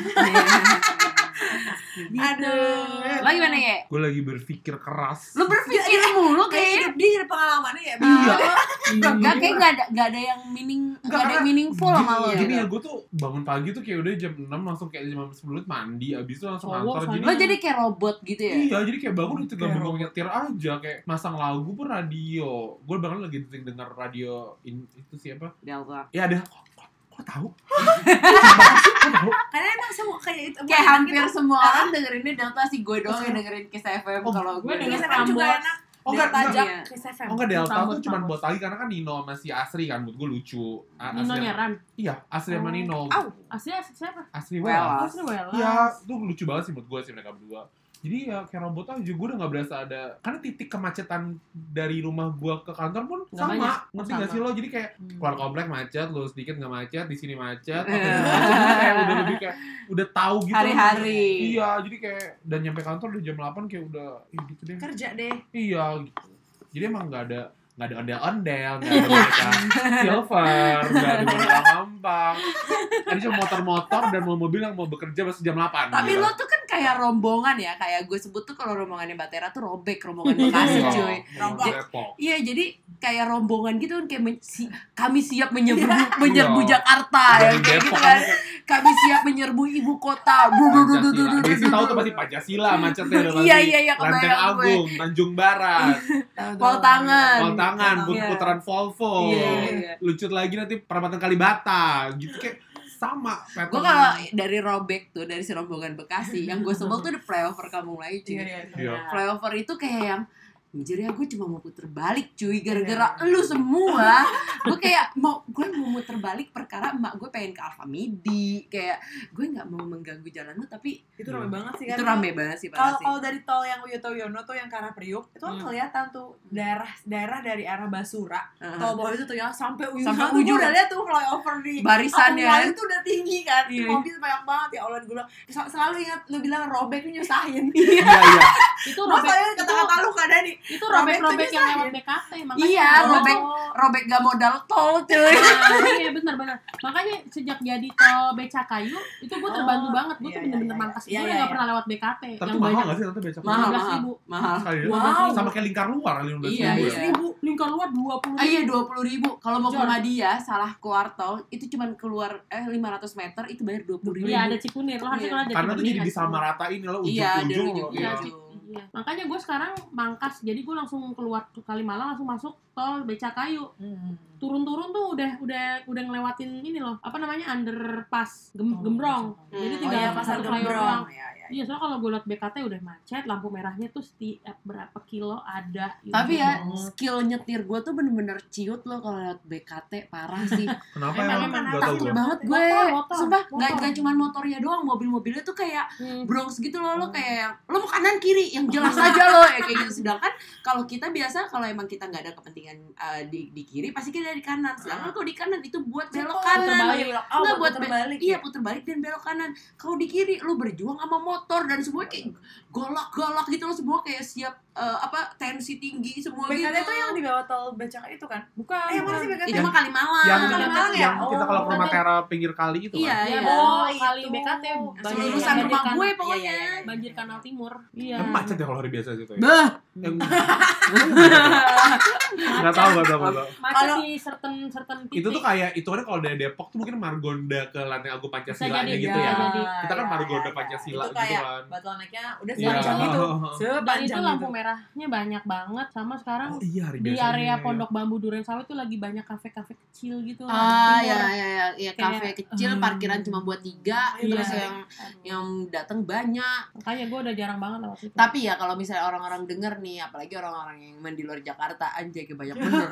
Gitu. Aduh. Lo gimana ya? Gue lagi berpikir keras. Lo berpikir mulu Kayak kayak hidup dia hidup pengalamannya ya. Iya. Gak kayak gak ada gak ada yang meaning gak ada yang meaningful sama lo. Gini gitu. ya, gue tuh bangun pagi tuh kayak udah jam enam langsung kayak jam sepuluh mandi, abis itu langsung Cowok kantor. soalnya. Jadi Lo jadi kayak robot gitu ya? iya, jadi kayak bangun itu gak Kayak mau nyetir aja, kayak masang lagu pun radio. Gue bahkan lagi denger radio in, itu siapa? Delta. Ya ada. Kok, kok, kok tahu? Kok tahu? Karena emang semua kayak itu. Kayak enak hampir gitu. semua orang dengerinnya Delta sih, gue doang yang dengerin Kiss F M Oh, kalau gue gue denger Kiss denger. F M juga Prambors. enak. Oh enggak, Delta enggak. Jak, Iya. Kiss F M. Oh enggak, Delta Prambors, tuh cuma Prambors. buat lagi karena kan Nino masih Asri kan, menurut gue lucu. A- Nino Asri- Nyeran. Iya, Asri sama Oh. Nino. Au. Asli asli siapa? Asri Well, Well. Asli Welas. Iya, itu lucu banget sih menurut gue sih mereka berdua. Jadi ya kayak robot aja, gue udah gak berasa ada. Karena titik kemacetan dari rumah gue ke kantor pun Nggak sama. banyak. Ngerti Sama. gak sih lo? Jadi kayak Hmm. keluar komplek macet, lo sedikit gak macet, di sini macet, oke, di sini macet. Jadi kayak udah lebih kayak udah tahu gitu. Hari-hari. Iya, jadi kayak dan nyampe kantor udah jam delapan kayak udah ya gitu deh. Kerja deh. Iya gitu. Jadi emang gak ada nggak ada ondel-ondel, nggak ada boneka silver, nggak ada boneka mampang. Tadi cuma motor-motor dan mobil yang mau bekerja pas jam delapan. Tapi gitu. lo tuh kan kayak rombongan ya, kayak gue sebut tuh kalau rombongannya Mbak Tera tuh robek, rombongan Bekasi Iya, cuy. Rombong. Depok. Iya, jadi kayak rombongan gitu kan, kayak men- si- kami siap menyerbu menyerbu Iya. Jakarta ya, Dari kayak Depok gitu kan. kamu Kami siap menyerbu ibu kota. Pancasila. Desi tahu tuh pasti Pancasila macetnya udah pasti. Iya, iya, iya, Lenteng kebayang gue. Agung, Tanjung Barat, Pol tangan. Pol tangan, Iya. putaran Volvo. Iya, iya. Lucu lagi nanti perempatan Kalibata gitu kayak sama pattern. Gue kalau dari robek tuh, dari si rombongan Bekasi, yang gue sebel tuh di flyover Kampung Melayu cuy. Iya. Flyover itu kayak yang Anjir ya, gue cuma mau puter balik cuy, gara-gara lu semua. Gue kayak mau gue mau muter balik perkara emak gue pengen ke Alfa Midi. Kayak gue nggak mau mengganggu jalan lu, tapi Itu rame banget sih kan. itu rame banget sih Kalau parah sih. kalau dari tol yang Wiyoto Wiono tuh yang ke arah Priuk, itu kan Hmm. kelihatan tuh daerah daerah dari arah Basura. Heeh. Tol bawah itu tuh ya sampai ujung. Sampai Sampai ujung. udah lihat tuh flyover di Barisannya. Kampung Melayu tuh udah tinggi kan. Iya. Mobil banyak banget ya Allah, gue bilang sel- selalu ingat lu bilang robek tuh nyusahin. Iya iya. Itu Mas robek saya itu, kata-kata lu kan Dani. itu robek tuh robek-robek yang nyusahin. lewat B K T makanya. Iya, Oh. robek robek gak modal tol cuy. Nah, iya benar-benar. Makanya sejak jadi tol Becakayu itu gue terbantu Oh, banget. Gue iya, tuh iya, bener-bener iya. mangkas. Iya, Gue udah iya, gak iya. pernah lewat B K T Tapi yang tuh mahal banyak. nggak sih nanti becak? Mahal, lima belas mahal, ribu. mahal. Sekali ya? Wow. Sama kayak lingkar luar lima belas Iya, ribu iya. ya. Ribu lingkar luar dua puluh Ah iya dua puluh ribu. Kalau mau ke Jor. Madia salah keluar tol itu cuman keluar eh lima ratus meter itu bayar dua puluh ribu. Iya ada Cikunir. Lo harusnya Iya. kalau ada Karena tuh Cikunir jadi kan. disamaratain lo Iya, dari ujung-ujung ujung lo. ke Iya, Iya. ujung. Ci- Iya. Makanya gue sekarang mangkas, jadi gue langsung keluar ke Kalimalang, langsung masuk tol Becakayu. Hmm. Turun-turun tuh udah udah udah ngelewatin ini loh, apa namanya, underpass Gem- Oh, Gembrong. Hmm. Jadi Oh tinggal iya, satu pasar flyover Gembrong. doang. Ya, ya. Iya, soalnya kalau gue liat B K T udah macet, lampu merahnya tuh setiap berapa kilo ada. gitu. Tapi ya banget. skill nyetir gue tuh bener-bener ciut loh kalau liat B K T, parah sih. Kenapa Emang- emang? emang Gak tau Takut gue. banget gue. Motor, motor, Sumpah, motor. nggak nggak cuma motornya doang, mobil-mobilnya tuh kayak Hmm. Bronx gitu loh, lo kayak lo mau kanan kiri yang jelas aja lo ya kayak gitu. Sedangkan kalau kita biasa kalau emang kita nggak ada kepentingan uh, di di kiri pasti kita di kanan. Sedangkan kalau di kanan itu buat belok Puter kanan. balik. Oh, Nggak buat puter be- balik. Iya puter balik dan belok kanan. Kalau di kiri lo berjuang sama motor dan semua kayak golak-golak gitu loh, semua kayak siap uh, apa tensi tinggi semua B K T gitu. tuh yang di bawah tol Becak itu kan? Bukan. Eh, mana sih B K T? Itu mah Kalimalang. Yang, Kalimalang ya? yang kita kalau ke Oh, rumah Tera pinggir kali itu Iya, kan? Iya, iya. oh, itu. kali B K T banjir, Lulusan banjir rumah kan- gue Iya, iya, pokoknya. iya. banjir Kanal Timur. Iya. Emang macet ya kalau hari biasa gitu ya? Bah. Yang... Gak tau, gak tau, gak tau. Macet Kalau- di certain certain titik. Itu tuh kayak, itu kan kalau dari Depok tuh mungkin Margonda ke Lanteng Agung Pancasila jadi, gitu iya. ya. Jadi. Kita kan Iya, Margonda iya, Pancasila itu gitu kayak kan. bottleneck-nya udah Iya. sepanjang itu. Dan Sepanjang itu lampu itu. merahnya banyak banget, sama sekarang Oh iya hari di biasa. area Pondok Bambu Duren Sawit tuh lagi banyak kafe-kafe kecil gitu. Ah Timur. ya ya ya, ya kafe Kayak, kecil hmm. parkiran cuma buat tiga, Iya. terus yang Aduh. yang datang banyak. Makanya gue udah jarang banget lewat situ. Tapi ya kalau misalnya orang-orang denger nih, apalagi orang-orang yang main di luar Jakarta, anjay kayak banyak bener.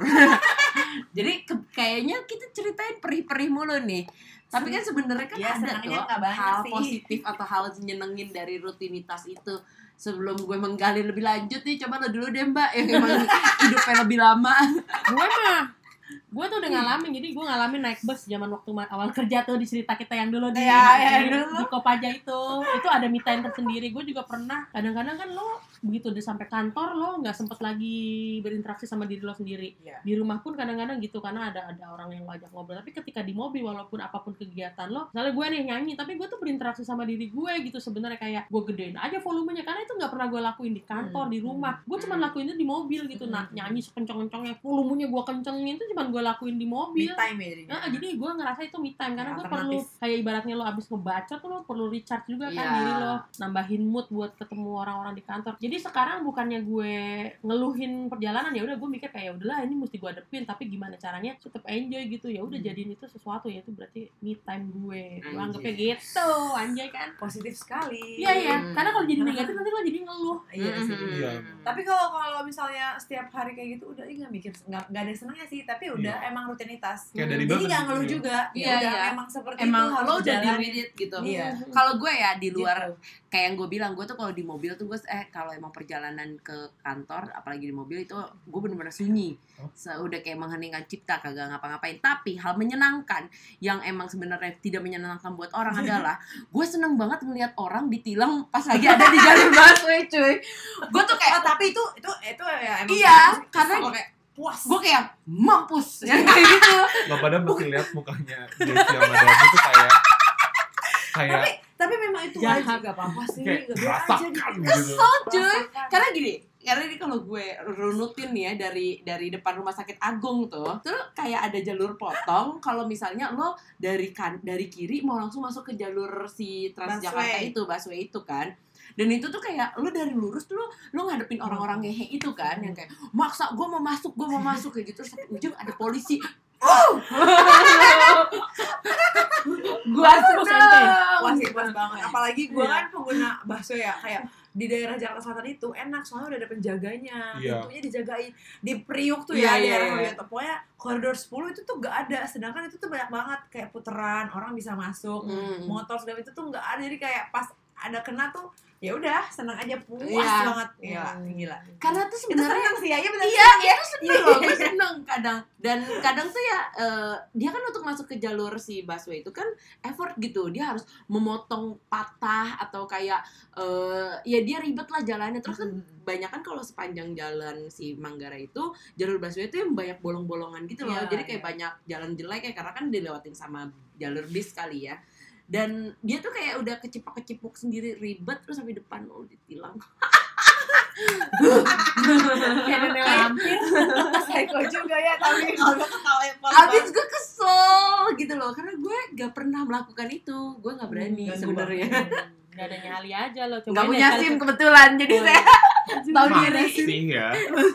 Jadi ke- kayaknya kita ceritain perih-perih mulu nih. Tapi kan sebenarnya kan Ya, ada senangnya tuh nggak banyak hal sih. positif atau hal nyenengin dari rutinitas itu. Sebelum gue menggali lebih lanjut nih, coba lo dulu deh Mbak yang emang hidupnya lebih lama. gue mah gue tuh udah ngalamin, jadi gue ngalamin naik bus zaman waktu ma- awal kerja tuh di cerita kita yang dulu di, Iya, iya, di, dulu. di Kopaja itu itu ada me time tersendiri. Gue juga pernah, kadang-kadang kan lo begitu udah sampai kantor lo nggak sempet lagi berinteraksi sama diri lo sendiri. Iya. Di rumah pun kadang-kadang gitu, karena ada ada orang yang ngajak ngobrol. Tapi ketika di mobil, walaupun apapun kegiatan lo, misalnya gue nih nyanyi, tapi gue tuh berinteraksi sama diri gue gitu sebenarnya, kayak gue gedein aja volumenya, karena itu nggak pernah gue lakuin di kantor, Hmm. di rumah. Gue cuma Hmm. lakuin itu di mobil gitu. Nah, Hmm. nyanyi sekenceng-kencengnya, volumenya gue kencengin itu cuma gue lakuin di Me mobil. time ya jadinya. Nah, jadi gue ngerasa itu me time, karena Ya, gue perlu, alternatif. kayak ibaratnya lo abis ngebaca tuh lo perlu recharge juga kan Iya. diri lo, nambahin mood buat ketemu orang-orang di kantor. Jadi sekarang bukannya gue ngeluhin perjalanan, ya udah gue mikir kayak udahlah ini mesti gue hadepin, tapi gimana caranya tetap enjoy gitu, ya udah Hmm. jadiin itu sesuatu, ya itu berarti me time gue. Gue Anjay. anggapnya gitu, anjay kan. Positif sekali. Iya iya, Hmm. karena kalau jadi negatif nanti lo jadi ngeluh. Iya sih. Mhm. Iya. Tapi kalau kalau misalnya setiap hari kayak gitu udah nggak mikir nggak nggak ada senangnya sih, tapi udah emang rutinitas. Kayak dari Jadi banget nggak gitu ngeluh ya. juga. Iya, Ya udah iya. emang seperti Emang itu harus lo udah dijalanin. di it gitu. Iya. Kalau gue ya di luar Gitu. kayak yang gue bilang, gue tuh kalau di mobil tuh gue eh kalau emang perjalanan ke kantor apalagi di mobil itu gue bener-bener sunyi. Oh. So, udah kayak mengheningkan cipta, kagak ngapa-ngapain. Tapi hal menyenangkan yang emang sebenarnya tidak menyenangkan buat orang adalah gue seneng banget ngeliat orang ditilang pas lagi ada di jalur busway cuy. Gue tuh kayak Oh, tapi itu itu itu ya emang iya, kesel, karena kayak puas. gue kayak mampus ya kayak gitu. Gak pada mesti lihat mukanya Desi sama Dani tuh kayak kayak Tapi tapi memang itu Jahat. wajib gak apa-apa sih. kayak Gak biar aja merasakan gitu. gitu. Kesel cuy. Merasakan. Karena gini, karena ini kalau gue runutin nih ya dari dari depan rumah sakit Agung tuh, tuh kayak ada jalur potong. Kalau misalnya lo dari kan dari kiri mau langsung masuk ke jalur si Transjakarta Busway. itu, busway itu kan. Dan itu tuh kayak lo dari lurus tuh lo, lo ngadepin orang-orang ngehe itu kan, yang kayak maksa gue mau masuk, gue mau masuk kayak gitu. Terus sampai ujung ada polisi. Oh, gue Puas ente. Wah sih puas banget. Apalagi gue Iya. kan pengguna bakso ya, kayak di daerah Jakarta Selatan itu enak soalnya udah ada penjaganya, Iya. pintunya dijagain. Di Priuk tuh Iya, ya, iya, daerah iya. Wiyoto, pokoknya koridor sepuluh itu tuh gak ada, sedangkan itu tuh banyak banget kayak puteran, orang bisa masuk, Hmm. motor segala itu tuh nggak ada, jadi kayak pas ada kena tuh ya udah senang aja, puas Iya. banget, gila, gila. Karena tuh Itu sebenarnya senang sih, ya benar. iya, itu seneng loh, gue seneng kadang. Dan kadang tuh ya, eh, dia kan untuk masuk ke jalur si busway itu kan effort gitu. Dia harus memotong patah atau kayak, eh, ya dia ribet lah jalannya. Terus kan banyak kan kalau sepanjang jalan si Manggarai itu, jalur busway itu yang banyak bolong-bolongan gitu loh. Iya, Jadi kayak iya. banyak jalan jelek ya, karena kan dilewatin sama jalur bis kali ya. Dan dia tuh kayak udah kecipak-kecipuk sendiri, ribet, terus sampai depan lo ditilang. Kayak nenek lampir. Psycho juga ya, tapi kalau ketawa Abis gue kesel gitu loh, karena gue gak pernah melakukan itu, gue gak berani Hmm, sebenarnya. Gak ada nyali aja lo. Gak punya SIM kebetulan, jadi saya tahu diri. Masih ya.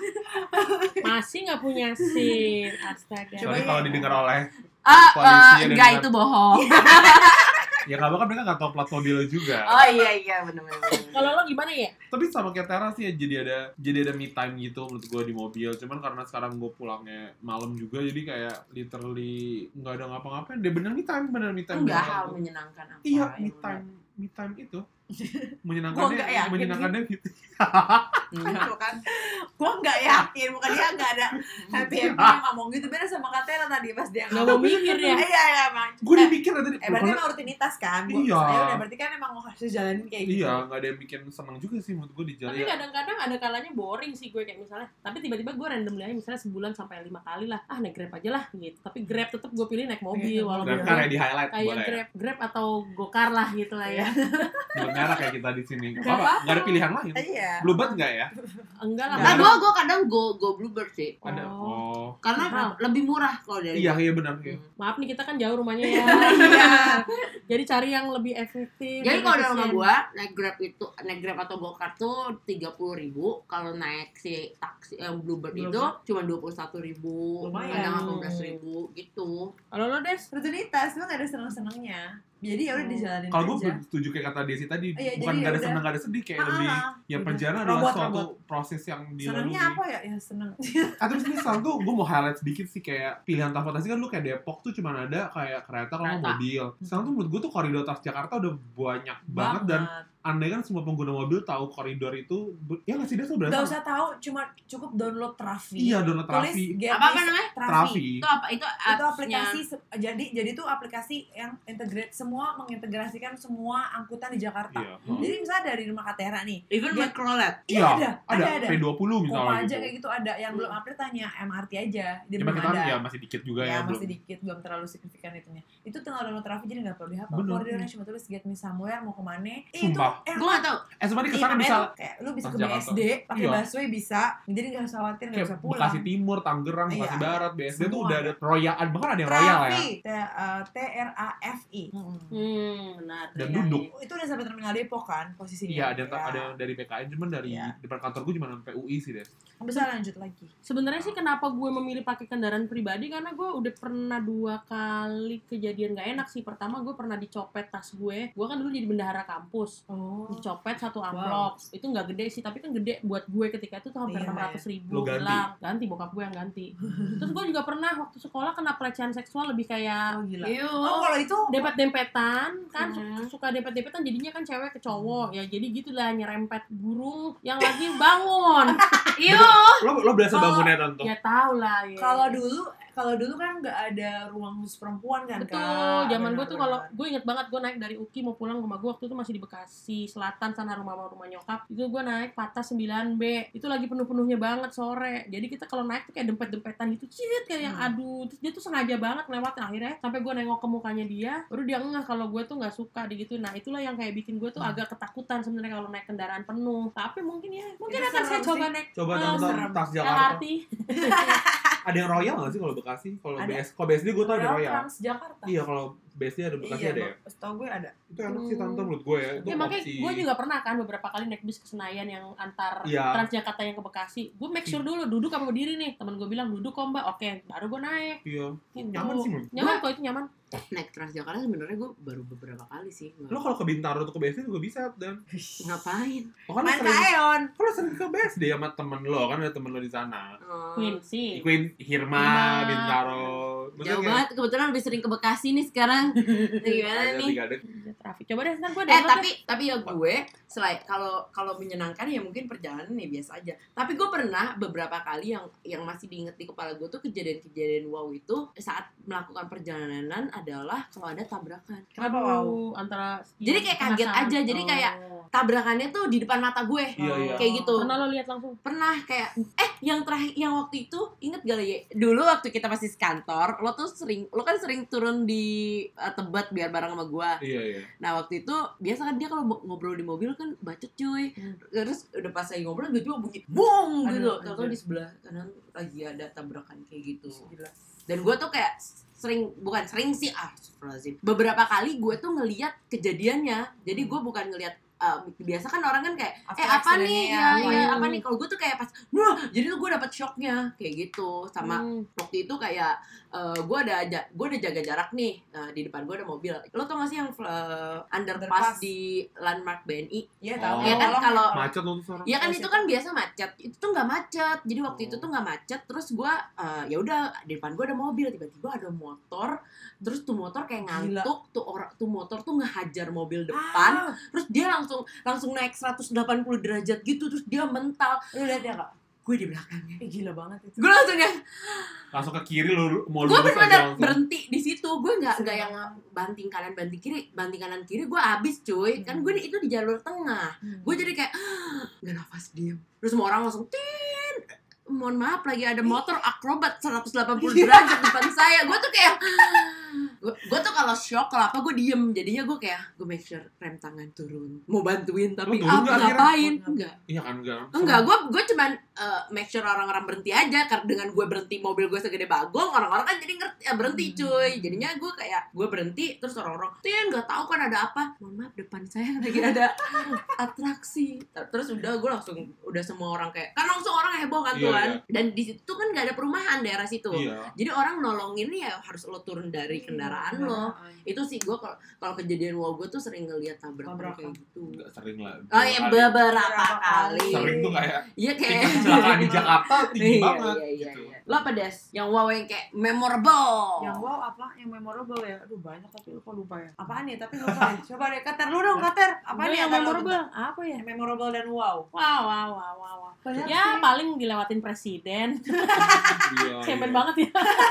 Masih gak punya SIM. Astaga. Soalnya kalau didengar oleh Ah, Polisi eh, ada enggak, dengar. itu bohong. ya nggak bakal mereka nggak tahu plat mobil juga. Oh iya iya benar-benar. Kalau lo gimana ya? Tapi sama kayak Tera sih ya, jadi ada jadi ada me time gitu menurut gue di mobil. Cuman karena sekarang gue pulangnya malam juga, jadi kayak literally nggak ada ngapa-ngapain. Dia bener me time, bener me time. Enggak beneran hal tuh. menyenangkan apa. Iya, yang me lo time, me time itu Gua menyenangkannya, nggak yakin menyenangkannya gitu. Enggak. Tuh kan, gue nggak yakin, bukan dia nggak ada happy happy ngomong gitu. Beda sama Katera tadi pas dia Gak mau mikir ya? Iya iya emang. Gue udah mikir tadi. Eh berarti emang rutinitas kan? Bu? Iya. Ya udah berarti kan emang harus jalanin kayak gitu. Iya, nggak ada yang bikin seneng juga sih menurut gue di jalan. Tapi Ya, kadang-kadang ada kalanya boring sih gue, kayak misalnya. Tapi tiba-tiba gue randomly aja misalnya sebulan sampai lima kali lah. Ah naik Grab aja lah gitu. Tapi Grab tetap gue pilih naik mobil. Iya, Walaupun Grab gue car ya di highlight kayak boleh. Grab, Grab atau Gokar lah gitu lah ya. Belum merah kayak kita di sini. Nggak Apa? apa-apa. Nggak ada pilihan lain. Iya. Bluebird nggak ya? Enggak lah. Nah, Ada. gue gue kadang go go Bluebird sih. Ada. Oh. Oh. Karena Mahal. lebih murah kalau dari Iya, iya benar. Iya. Maaf nih kita kan jauh rumahnya ya. Iya. Jadi cari yang lebih efektif. Jadi lebih kalau dari rumah efisien. gua naik Grab itu naik Grab atau Gokar tuh tiga puluh ribu, kalau naik si taksi yang Bluebird itu Bluebird. cuma dua puluh satu ribu, Lumayan. kadang delapan belas ribu gitu. Kalau lo Des? Rutinitas, lu nggak ada seneng-senengnya. Jadi ya udah Oh. dijalanin Kalau gue aja. setuju kayak kata Desi tadi, Iya, bukan jadi nggak ada udah. senang nggak ada sedih, kayak Ah, lebih ah, ya udah. perjalanan adalah Robot, suatu robot. proses yang dilalui. Senengnya apa ya? Ya seneng. Ah, terus misal tuh gue mau highlight sedikit sih, kayak pilihan transportasi kan lu kayak Depok tuh cuma ada kayak kereta kalau nggak Kereta. mobil. Sekarang tuh menurut gue tuh koridor Transjakarta udah banyak banget, dan andai kan semua pengguna mobil tahu koridor itu, ya nggak sih Des, lo Gak berasa? usah tahu, cuma cukup download Trafi. Iya, download Tulis Trafi. Get Apa apa This namanya? Trafi. Trafi. Itu apa? Itu Itu apps-nya. aplikasi se- jadi jadi itu aplikasi yang integrate semua, mengintegrasikan semua angkutan di Jakarta. Iya. Jadi misalnya dari rumah Katera nih, Even Dia- Microlet. Iya, ada, ada, ada, ada. P dua puluh misalnya Kopaja gitu. kayak gitu ada, yang belum Hmm. update tanya M R T aja, dia Cuma belum kita ada. ya masih dikit juga Ya, ya, masih belum. dikit, belum terlalu signifikan itunya. Itu tinggal download Trafi, jadi nggak perlu dihafal. Bener. Koridornya cuma tulis get me somewhere, mau kemana. Eh, itu Sumpah. enak. Gua nggak tahu. Eh sebenarnya Iya, kesana makanya bisa tuh kayak lu bisa ke Transjakarta. B S D, pakai Iya. busway bisa, jadi nggak usah khawatir, nggak kayak usah pulang. Bekasi Timur, Tangerang, Bekasi Iya. Barat, B S D tuh Semua udah ada. ada Royal, bahkan ada yang Royal ya. Trafi, T eh, T R A F I. Hmm. Benar. Dan Iya, duduk. iya. Itu udah sampai terminal Depok kan posisinya. Iya, ada Ya. ada yang dari P K N, cuman dari Iya. depan kantor gue cuma sampai U I sih deh. Bisa lanjut lagi. Sebenarnya sih kenapa gue memilih pakai kendaraan pribadi, karena gue udah pernah dua kali kejadian gak enak sih. Pertama gue pernah dicopet tas gue. Gue kan dulu jadi bendahara kampus. Oh. Dicopet satu amplop. Itu nggak gede sih, tapi kan gede buat gue ketika itu tuh hampir Iya, enam ratus ribu. Lo ganti? Hilang. Ganti, bokap gue yang ganti. Terus gue juga pernah waktu sekolah kena pelecehan seksual, lebih kayak Oh gila. Iu. Oh kalau itu dempet-dempetan kan, Hmm. suka dempet-dempetan jadinya kan cewek ke cowok ya, jadi gitulah, nyerempet burung yang lagi bangun. Iu. Lo lo berasa Kalau- bangunnya tante. Ya tau lah ya. kalau dulu kalau dulu kan nggak ada ruang khusus perempuan kan. Betul, Kak? zaman gue tuh kalau Benar-benar. gue inget banget, gue naik dari U K I mau pulang rumah gue waktu itu masih di Bekasi Selatan sana, rumah rumah nyokap. Itu gue naik Patah sembilan B, itu lagi penuh-penuhnya banget sore. Jadi kita kalau naik tuh kayak dempet-dempetan gitu, cit kayak yang Hmm. aduh. Terus dia tuh sengaja banget lewatin, akhirnya sampai gue nengok ke mukanya dia, baru dia ngeh kalau gue tuh nggak suka di gitu. Nah itulah yang kayak bikin gue tuh Hmm. agak ketakutan sebenarnya kalau naik kendaraan penuh. Tapi mungkin ya, mungkin Itu akan saya serem coba sih. naik Coba Oh, nonton serem. Tas L R Jakarta. T. Ada yang Royal nggak sih kalau Bekasi? Kalau Ada. B S, kalau B S D gue tau ada Royal Royal. Trans Jakarta. Iya, kalau B S D ada Bekasi Iya, ada ya. setahu gue ada. Itu enak sih Hmm. tante menurut gue ya. Itu Ya makanya opsi. gue juga pernah kan beberapa kali naik bis ke Senayan yang antar Iya. Transjakarta yang ke Bekasi. Gue make sure dulu duduk apa berdiri nih. Temen gue bilang duduk kok mbak, oke baru gue naik. Iya. Gitu. Nyaman sih menurut gue. Nyaman kok, itu nyaman. Naik Transjakarta sebenarnya gue baru beberapa kali sih. Nggak- Lo kalau ke Bintaro atau ke B S D juga bisa, dan Ngapain? oh, kan lo Main sering, Kaeon. kan lo sering ke B S D sama temen lo, kan ada temen lo di sana. Oh, Quincy. Queen, Hirma, Hirma. Bintaro. Maksudnya jauh kayak- banget, kebetulan lebih sering ke Bekasi nih sekarang. Gimana ada nih? tiga ada. Iya, traffic. Coba deh ntar gue Eh tapi tapi ya gue selain kalau kalau menyenangkan ya mungkin perjalanan ya biasa aja. Tapi gue pernah beberapa kali yang yang masih diinget di kepala gue tuh kejadian-kejadian wow itu saat melakukan perjalanan adalah kalau ada tabrakan. Kenapa wow? antara Jadi kayak kaget penasaran. aja, jadi kayak Oh. tabrakannya tuh di depan mata gue. Iya, iya. Kayak gitu. Pernah lo lihat langsung? Pernah kayak eh yang terakhir yang waktu itu inget gak ya? Dulu waktu kita masih kantor, lo lo tuh sering, lo kan sering turun di uh, Tebet biar bareng sama gue. Iya iya. Nah waktu itu biasa kan dia kalau mo- ngobrol di mobil kan bacot cuy. Hmm. Terus udah pas lagi ngobrol tiba-tiba bunyi boom Aduh, gitu. anjir. Tahu di sebelah kanan lagi ada tabrakan kayak gitu. Gila. Dan gue tuh kayak sering, bukan sering sih, ah astagfirullahaladzim, beberapa kali gue tuh ngeliat kejadiannya. Jadi gue bukan ngeliat, uh, biasa kan orang kan kayak After eh apa accident-nya nih ya, ya, apa ya, ya. apa nih. Kalau gue tuh kayak pas wah, jadi tuh gue dapet shocknya kayak gitu. Sama Hmm. waktu itu kayak uh, gue ada aja gue udah jaga jarak nih, nah, di depan gue ada mobil. Lo tau gak sih yang uh, underpass Underpass. di landmark B N I? Iya Oh. tahu. Ya kan Tolong, kalau- tolong. Macet lo tuh sekarang. Ya kan Oh, itu situ. kan biasa macet, itu tuh nggak macet. Jadi waktu Oh. itu tuh nggak macet. Terus gue uh, ya udah di depan gue ada mobil, tiba-tiba ada motor. Terus tuh motor kayak ngantuk, tuh orang tuh motor tuh ngehajar mobil depan. Ah, Terus dia langsung langsung naik seratus delapan puluh derajat gitu. Terus dia mental. lu lihat ya kak? Gue di belakangnya. Eh gila banget itu. Gue langsung yang Langsung ke kiri lo mau gue lurus aja bener-bener langsung. berhenti di situ. Gue nggak Serem nggak yang banget. banting kanan banting kiri, banting kanan kiri gue abis cuy. Kan gue di- itu di jalur tengah. Gue jadi kayak nggak nafas diem. Terus semua orang langsung tin. Mohon maaf lagi ada motor akrobat seratus delapan puluh derajat depan saya. Gue tuh kayak gue tuh kalau shock kalau apa gue diem. Jadinya gue kayak gue make sure rem tangan turun. Mau bantuin tapi Lu turun apa nggak akhirnya? ngapain? Enggak. Iya kan enggak. Enggak, gue gue cuman uh, make sure orang-orang berhenti aja. Karena dengan gue berhenti mobil gue segede bagong, orang-orang kan jadi ngerti ya, berhenti cuy. Jadinya gue kayak gue berhenti terus orang-orang tin nggak tahu kan ada apa. Mohon maaf depan saya lagi ada atraksi. Terus udah gue langsung udah semua orang kayak kan langsung orang heboh kan Iya, tuan. iya. Dan di situ kan nggak ada perumahan daerah situ. Iya. Jadi orang nolongin ya harus lo turun dari kendaraan lo. Itu sih gue kalau kalau kejadian wow gue tuh sering ngeliat tabrakan Tabrakan. kayak gitu. Enggak sering lah. Oh ya Dua kali. beberapa kali. Sering tuh kayak Iya kayak tingkat kecelakaan di Jakarta tinggi Iya, banget. Iya, iya, gitu. iya. Lo apa Des? Yang wow yang kayak memorable. Yang wow apa? Yang memorable ya? Aduh banyak tapi lupa lupa ya. Apaan ya? Tapi lupa ya. Coba deh Kater lu dong Kater. Apaan Gue ya? yang memorable apa ya? Yang memorable dan wow. Wow, wow, wow, wow, wow. Banyak Ya sih. paling dilewatin presiden. Iya. Cemen iya. banget ya.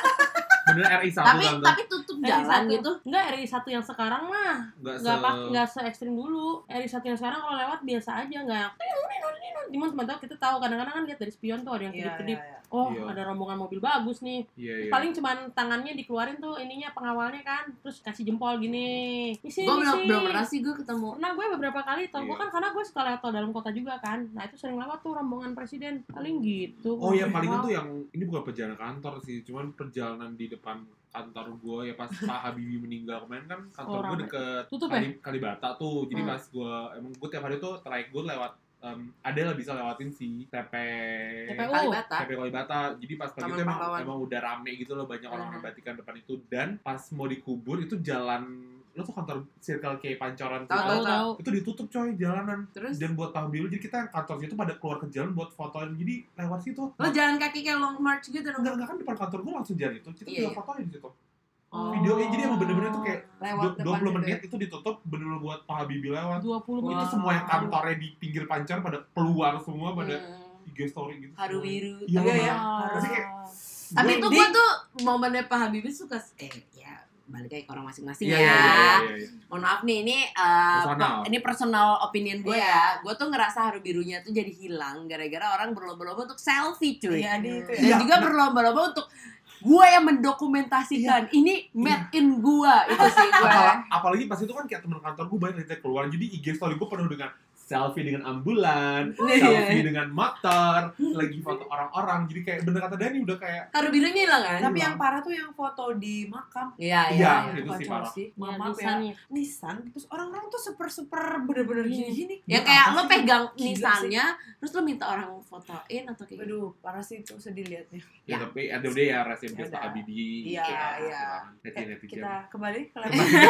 Bener R I satu Tapi kan tuh. tapi tutup jalan satu. gitu. Enggak, R I satu yang sekarang mah Enggak se nggak pak nggak se ekstrim dulu. R I satu yang sekarang kalau lewat biasa aja, nggak Dimana teman tahu kita tahu kadang-kadang kan lihat dari spion tuh ada yang Iya, kedip-kedip. iya, iya. Oh, Iya. ada rombongan mobil bagus nih. Iya iya. Paling cuman tangannya dikeluarin tuh ininya pengawalnya kan, terus kasih jempol gini. Isi, Gue belum isi. belum pernah sih gue ketemu. Pernah gue beberapa kali tau gue Iya. kan karena gue suka lewat tol dalam kota juga kan. Nah itu sering lewat tuh rombongan presiden paling gitu. Oh ya palingan Wow. tuh yang ini bukan perjalanan kantor sih, cuman perjalanan di depan kantor gue ya pas Pak Habibie meninggal kemarin kan kantor Oh, gue rame. deket Tutup Kali, Kalibata tuh, jadi Hmm. pas gue emang gue tiap hari tuh trayek gue lewat em, ada lah bisa lewatin si T P T P U. Kalibata. T P Kalibata. Jadi pas pagi Taman itu emang, Pahlawan. emang udah rame gitu loh, banyak orang-orang Hmm. batikan depan itu. Dan pas mau dikubur itu jalan, lo tuh kantor Circle K Pancoran Tahu, tuh, Tahu tahu. itu ditutup coy jalanan. Terus Dan buat tahun biru jadi kita yang kantor situ pada keluar ke jalan buat fotoin, jadi lewat situ. lo jalan kaki kayak long march gitu dong. Enggak, enggak kan depan kantor gue langsung jalan itu, kita Iya, tinggal iya. fotoin di situ. Oh. Videonya jadi emang bener-bener tuh kayak Lewat du- depan dua puluh situ menit ya. itu ditutup bener-bener buat Pak Habibie lewat. dua puluh Itu menit. Wah. semua yang kantornya di pinggir Pancoran pada keluar semua pada Hmm. I G story gitu. Haru biru. Iya, Iya, ya. Ah. Terus kayak, Tapi Gua- itu gue tuh momennya Pak Habibie suka eh ya balik lagi ke orang masing-masing Iya, ya. iya, iya, iya, iya. Mohon maaf nih, ini uh, Personal. ini personal opinion gue Iya. ya. Gue tuh ngerasa haru birunya tuh jadi hilang gara-gara orang berlomba-lomba untuk selfie cuy. Iya, dia itu ya. Dan Iya, juga nah. berlomba-lomba untuk gue yang mendokumentasikan. Ini made in gue itu sih gue. Apal- apalagi pas itu kan kayak temen kantor gue banyak yang keluar, jadi I G story gue penuh dengan selfie dengan ambulan, Iya. selfie dengan motor, lagi foto orang-orang. Jadi kayak bener kata Dani udah kayak Haru birunya hilang kan? Tapi yang parah tuh yang foto di makam. Iya, Iya, iya. itu bukan sih cowok parah. sih. Ya, Maaf ya. Nissan-nya. Nissan. Terus orang-orang tuh super-super bener-bener Iya. gini-gini. Ya Dia kayak apa lo sih? pegang Gila nisannya, terus lo minta orang fotoin atau kayak gitu. Aduh, parah sih itu sedih liatnya. Ya, Ya. tapi ada udah ya rest in peace Ada. Pak Habibie. Iya, Ya, iya. netizen netizen. Kita kembali ke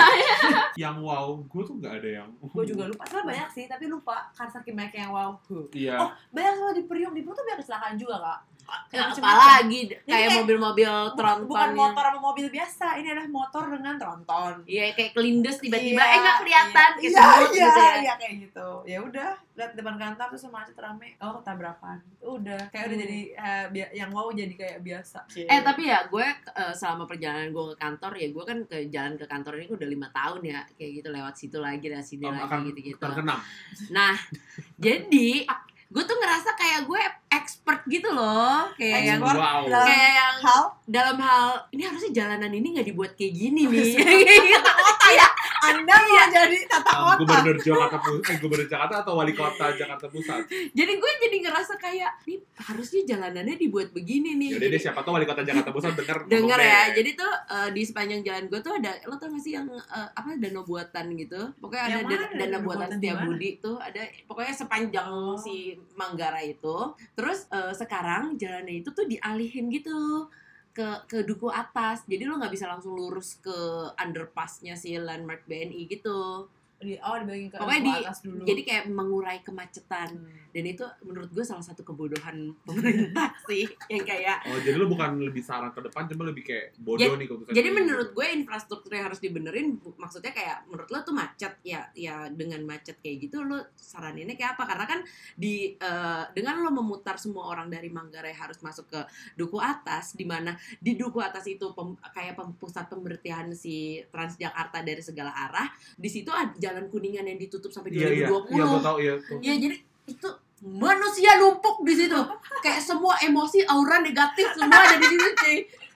Yang wow, gue tuh nggak ada yang. Gue juga lupa. Sebenarnya banyak sih, tapi lupa. Karena saking banyak yang wow. Iya. Oh, banyak soal di Priok. Di Priok tuh banyak kecelakaan juga, Kak. Ya, Macem-macem. apalagi kayak kayak- mobil-mobil Bukan, tronton bukan yang- motor sama mobil biasa. Ini adalah motor dengan tronton. Iya kayak kelindes tiba-tiba Iya, eh nggak kelihatan iya, kayak iya, semut iya, gitu ya. iya, kayak gitu. Ya udah, lihat depan kantor terus macet rame. Oh, tabrakan. Udah, kayak udah Hmm. jadi eh, bi- yang wow jadi kayak biasa. Eh tapi ya gue eh, selama perjalanan gue ke kantor ya gue kan ke jalan ke kantor ini udah lima tahun ya kayak gitu lewat situ lagi dan sini Om lagi akan gitu-gitu. terkenang. Nah jadi gue tuh ngerasa kayak gue expert gitu loh kayak yang Expert? Wow. Dalam kayak yang hal dalam hal ini harusnya jalanan ini nggak dibuat kayak gini Oh, nih. tata kota ya. Anda mau jadi tata Um, kota. Gubernur Jakarta Pusat, eh, Gubernur Jakarta atau Wali Kota Jakarta Pusat. Jadi gue jadi ngerasa kayak nih harusnya jalanannya dibuat begini nih. Yaudah deh, siapa tahu Wali Kota Jakarta Pusat denger. Dengar ngomong ya, deh. jadi tuh eh, di sepanjang jalan gue tuh ada, lo tau gak sih yang eh, apa danau buatan gitu? Pokoknya ada Yang mana da- danau danau buatan buatan di mana? Setiabudi tuh ada, pokoknya sepanjang Oh. si Manggarai itu. Terus eh, sekarang jalannya itu tuh dialihin gitu ke ke duku atas, jadi lo nggak bisa langsung lurus ke underpassnya si landmark B N I gitu. Di, oh dibagi ke Pokoknya ke di- atas dulu. Jadi kayak mengurai kemacetan. Hmm. Dan itu menurut gue salah satu kebodohan pemerintah sih, yang kayak Oh, jadi lu bukan lebih sarang ke depan, cuma lebih kayak bodoh Jadi- nih keputusan. jadi ini, menurut gitu. gue infrastruktur yang harus dibenerin bu- maksudnya kayak menurut lo tuh macet ya ya dengan macet kayak gitu lo saraninnya kayak apa, karena kan di eh, dengan lo memutar semua orang dari Manggarai harus masuk ke duku atas, di mana di duku atas itu pem- kayak pem- pusat pembersihan si Transjakarta dari segala arah. Di situ ada jalan Kuningan yang ditutup sampai Iya, iya. dua ribu dua Iya, puluh. gua tahu iya tuh. Ya jadi itu manusia numpuk di situ. Kayak semua emosi, aura negatif semua ada di situ, cuy.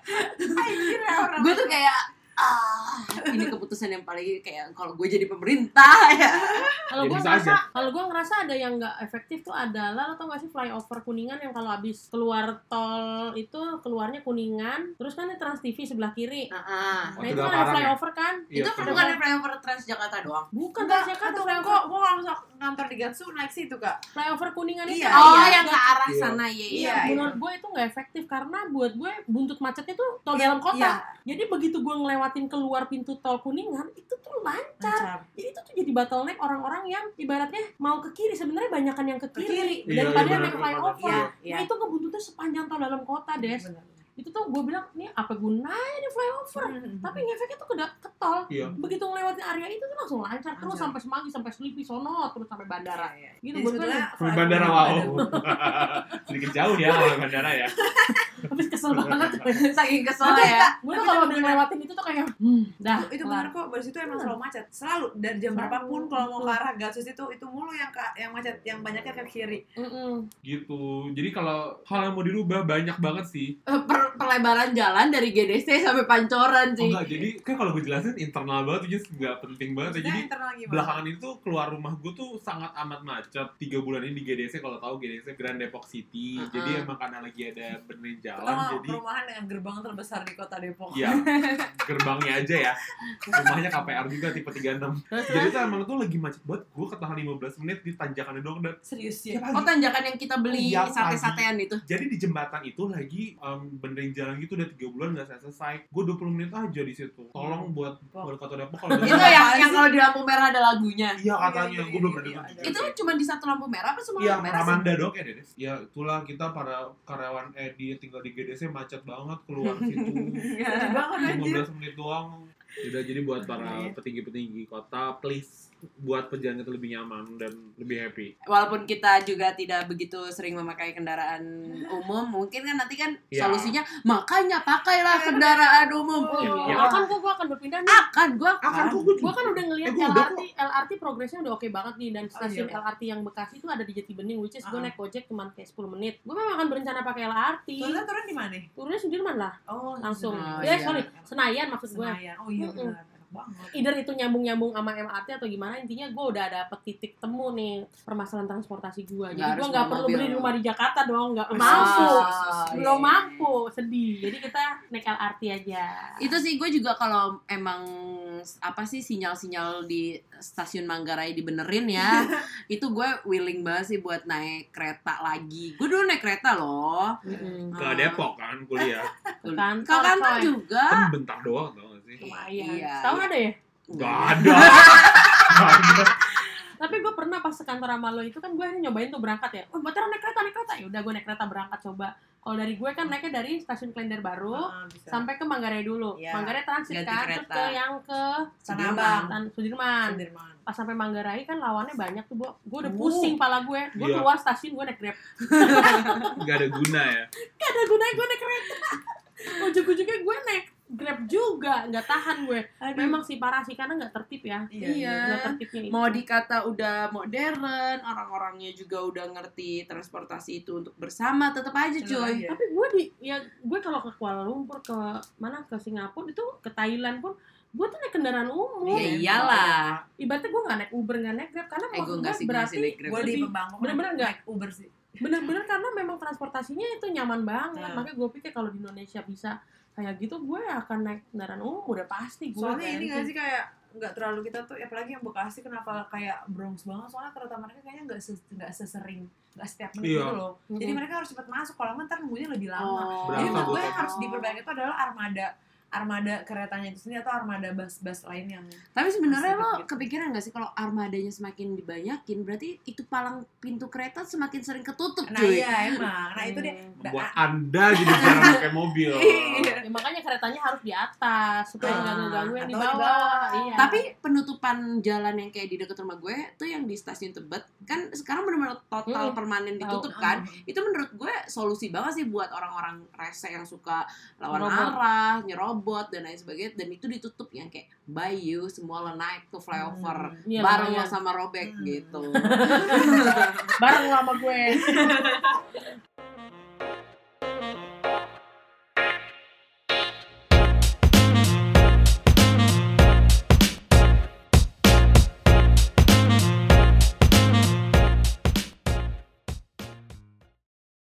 Gue tuh kayak ah ini keputusan yang paling kayak kalau gue jadi pemerintah ya. Kalau Ya, gue bisa ngerasa, aja. kalau gue ngerasa ada yang nggak efektif tuh adalah, lo tau gak sih flyover Kuningan yang kalau abis keluar tol itu keluarnya Kuningan, terus kan Trans T V sebelah kiri. Nah, Oh, Nah itu Tegal kan ada Parang ya? flyover kan? Iya, itu kan bener. bukan flyover Transjakarta doang. Bukan Enggak, Transjakarta, itu flyover, kok gua kalau misal kantor di Gatsu naik situ, Kak. flyover Kuningan itu. Iya, Oh, iya. yang ke arah Iya. sana ya. Iya, Iya, menurut gue itu nggak efektif karena buat gue buntut macetnya tuh tol dalam kota. Iya. Jadi begitu gue ngelewatin keluar pintu tol Kuningan itu tuh lancar. Lancar. Jadi itu tuh jadi bottleneck orang-orang yang ibaratnya mau ke kiri, sebenarnya banyakan yang ke Ke kiri, Iya, daripada iya, yang benar, naik benar, flyover. benar. Iya. Nah itu ngebuntutnya sepanjang tol dalam kota, Des. Benar. Itu tuh gue bilang, nih apa gunanya nih flyover? Hmm. Tapi ngefeknya tuh ke, da- ke tol. Iya. Begitu ngelewatin area itu tuh langsung lancar terus Lancar. sampai Semanggi, sampai Selipi sono, terus sampai bandara. Iya, iya. Gitu, Jadi buat gue sebetulnya Sampai bandara, wow. Sedikit jauh ya kalau bandara ya. habis kesel banget. Saking kesel ya. Gue tuh kalau udah ngelewatin itu tuh kayak, hmm, dah. itu, itu kelar. benar kok, dari situ emang Hmm. selalu macet. Selalu dari jam Selalu. berapapun kalau mau ke arah Gatsus itu itu mulu yang ke, yang macet, yang banyaknya ke kiri. Mm-mm. Gitu. Jadi kalau hal yang mau dirubah banyak banget sih. Eh, Per- perlebaran jalan dari G D C sampai Pancoran Oh sih. enggak, jadi kan kalau gue jelasin internal banget, jadi nggak penting banget ya. Maksudnya Jadi internal gimana? belakangan itu keluar rumah gue tuh sangat amat macet. Tiga bulan ini di G D C, kalau tahu G D C Grand Depok City. Uh-uh. Jadi emang karena lagi ada benerin jalan, Pertama, jadi perumahan dengan gerbang terbesar di kota Depok. iya, gerbangnya aja ya. Rumahnya K P R juga tipe tiga puluh enam. Terus Jadi tuh emang tuh lagi macet banget. Gue ketahan lima belas menit di tanjakannya doang. Dan Serius ya. tiap Oh, pagi. tanjakan yang kita beli Iya, sate-satean itu. Jadi di jembatan itu lagi um, benerin jalan gitu udah tiga bulan nggak selesai. Gue dua puluh menit aja di situ. Tolong buat wali kota Depok kalau Itu ada- yang Apaan yang sih? kalau di lampu merah ada lagunya. Iya katanya, Iya, iya, gue belum iya, pernah iya, dengar. ada. Itu cuma di satu lampu merah apa semua Iya, lampu merah sih? Ramanda dong ya Dennis. Ya itulah kita para karyawan eh di tinggal di G D C macet banget keluar situ. Macet banget anjir. lima belas menit doang. Udah, jadi buat para petinggi-petinggi kota, please buat perjalanan itu lebih nyaman dan lebih happy. Walaupun kita juga tidak begitu sering memakai kendaraan umum, mungkin kan nanti kan Ya. solusinya makanya pakailah kendaraan umum. Oh, Ya, iya. ya. Akan kok gue akan berpindah nih. Akan gua Akan kok gue Gue kan udah ngeliat Eh, gua L udah R T, L R T progresnya udah oke banget nih, dan stasiun iya. L R T yang Bekasi itu ada di Jati Bening, which is gue Ah. naik Gojek cuma kayak sepuluh menit. Gue memang akan berencana pakai L R T. Turun turun di mana? Turunnya Sudirman lah, Oh, langsung. Oh, ya iya. sorry, Senayan maksud gue. Senayan. Oh iya Mm-mm. benar. Enak banget. Either itu nyambung-nyambung sama M R T atau gimana, intinya gue udah dapet titik temu nih permasalahan transportasi gue. Jadi Nggak gue harus nggak bawa perlu mobil. beli rumah di Jakarta dong, nggak Oh, mampu. Ah, Belum iya. mampu, sedih. Jadi kita naik L R T aja. Itu sih gue juga kalau emang apa sih sinyal-sinyal di stasiun Manggarai dibenerin ya, itu gue willing banget sih buat naik kereta lagi. Gue dulu naik kereta loh. Mm-mm. ke Depok kan kuliah. Ke Ke kantor, kantor coy. juga. Kan bentar doang tau gak sih? Lumayan. Iya, Setahun iya. ada ya? Gak ada. Gak ada. Tapi gue pernah pas sekantor sama lo itu kan gue akhirnya nyobain tuh berangkat ya. Oh, Baterai naik kereta, naik kereta. Ya udah gue naik kereta berangkat coba. Kalau dari gue kan naiknya dari stasiun Klender Baru Ah, bisa. sampai ke Manggarai dulu. Iya. Manggarai transit Ganti kan, terus kereta. ke yang ke Tanah Sudirman. Abang. Tan- Sudirman. Sudirman. Pas sampai Manggarai kan lawannya banyak tuh, Bo. Gue udah Uh. pusing pala gue. Gue Iya. keluar stasiun gue naik Grab. Gak ada guna ya. Gak ada gunanya gue naik kereta. Ujung-ujungnya gue naik Grab Grab juga, nggak tahan gue. Aduh. Memang sih parah sih karena nggak tertib ya. Iya. Nggak tertibnya itu. Mau dikata udah modern, orang-orangnya juga udah ngerti transportasi itu untuk bersama, tetap aja Tetep cuy. aja. Tapi gue di ya gue kalau ke Kuala Lumpur, ke mana, ke Singapura itu, ke Thailand pun gue tuh naik kendaraan umum. Ya iyalah. Ibaratnya gue nggak naik Uber, nggak naik Grab karena Eh gue maksud nggak gue sih, gue berarti masih naik Grab. Gue di lebih- Pembangkok bener-bener naik- nggak? naik Uber sih. bener-bener karena memang transportasinya itu nyaman banget. Nah. Makanya gue pikir kalau di Indonesia bisa kayak gitu, gue akan naik kendaraan umum udah pasti gue. Soalnya ini gak sih kayak nggak terlalu kita tuh, apalagi yang Bekasi kenapa kayak Bronx banget, soalnya kereta mereka kayaknya nggak ses, nggak sesering, nggak setiap menit Iya. gitu loh. Jadi Mhm. mereka harus cepat masuk, kalau nggak ntar nunggunya lebih lama. Oh. Jadi Berasa menurut gue tuh. yang harus diperbaiki itu adalah armada armada keretanya itu sendiri atau armada bus-bus lain yang Tapi sebenarnya Asik lo gitu. kepikiran gak sih kalau armadanya semakin dibanyakin, berarti itu palang pintu kereta semakin sering ketutup nah cuy. iya emang, nah itu dia. Membuat anda jadi jarang pakai mobil. Iya. Ya, makanya keretanya harus di atas supaya Ah, nggak ngeganggu yang di atau di bawah. bawah. Iya. Tapi penutupan jalan yang kayak di dekat rumah gue tuh yang di stasiun Tebet kan sekarang benar-benar total Hmm, permanen tahu. ditutup kan. Itu menurut gue solusi banget sih buat orang-orang rese yang suka lawan Nyerobot. arah, nyerobot dan lain sebagainya, dan itu ditutup yang kayak bye you semua lo naik tuh flyover Hmm. Iya, bareng lo lumayan. sama Robek Hmm. gitu. bareng sama gue.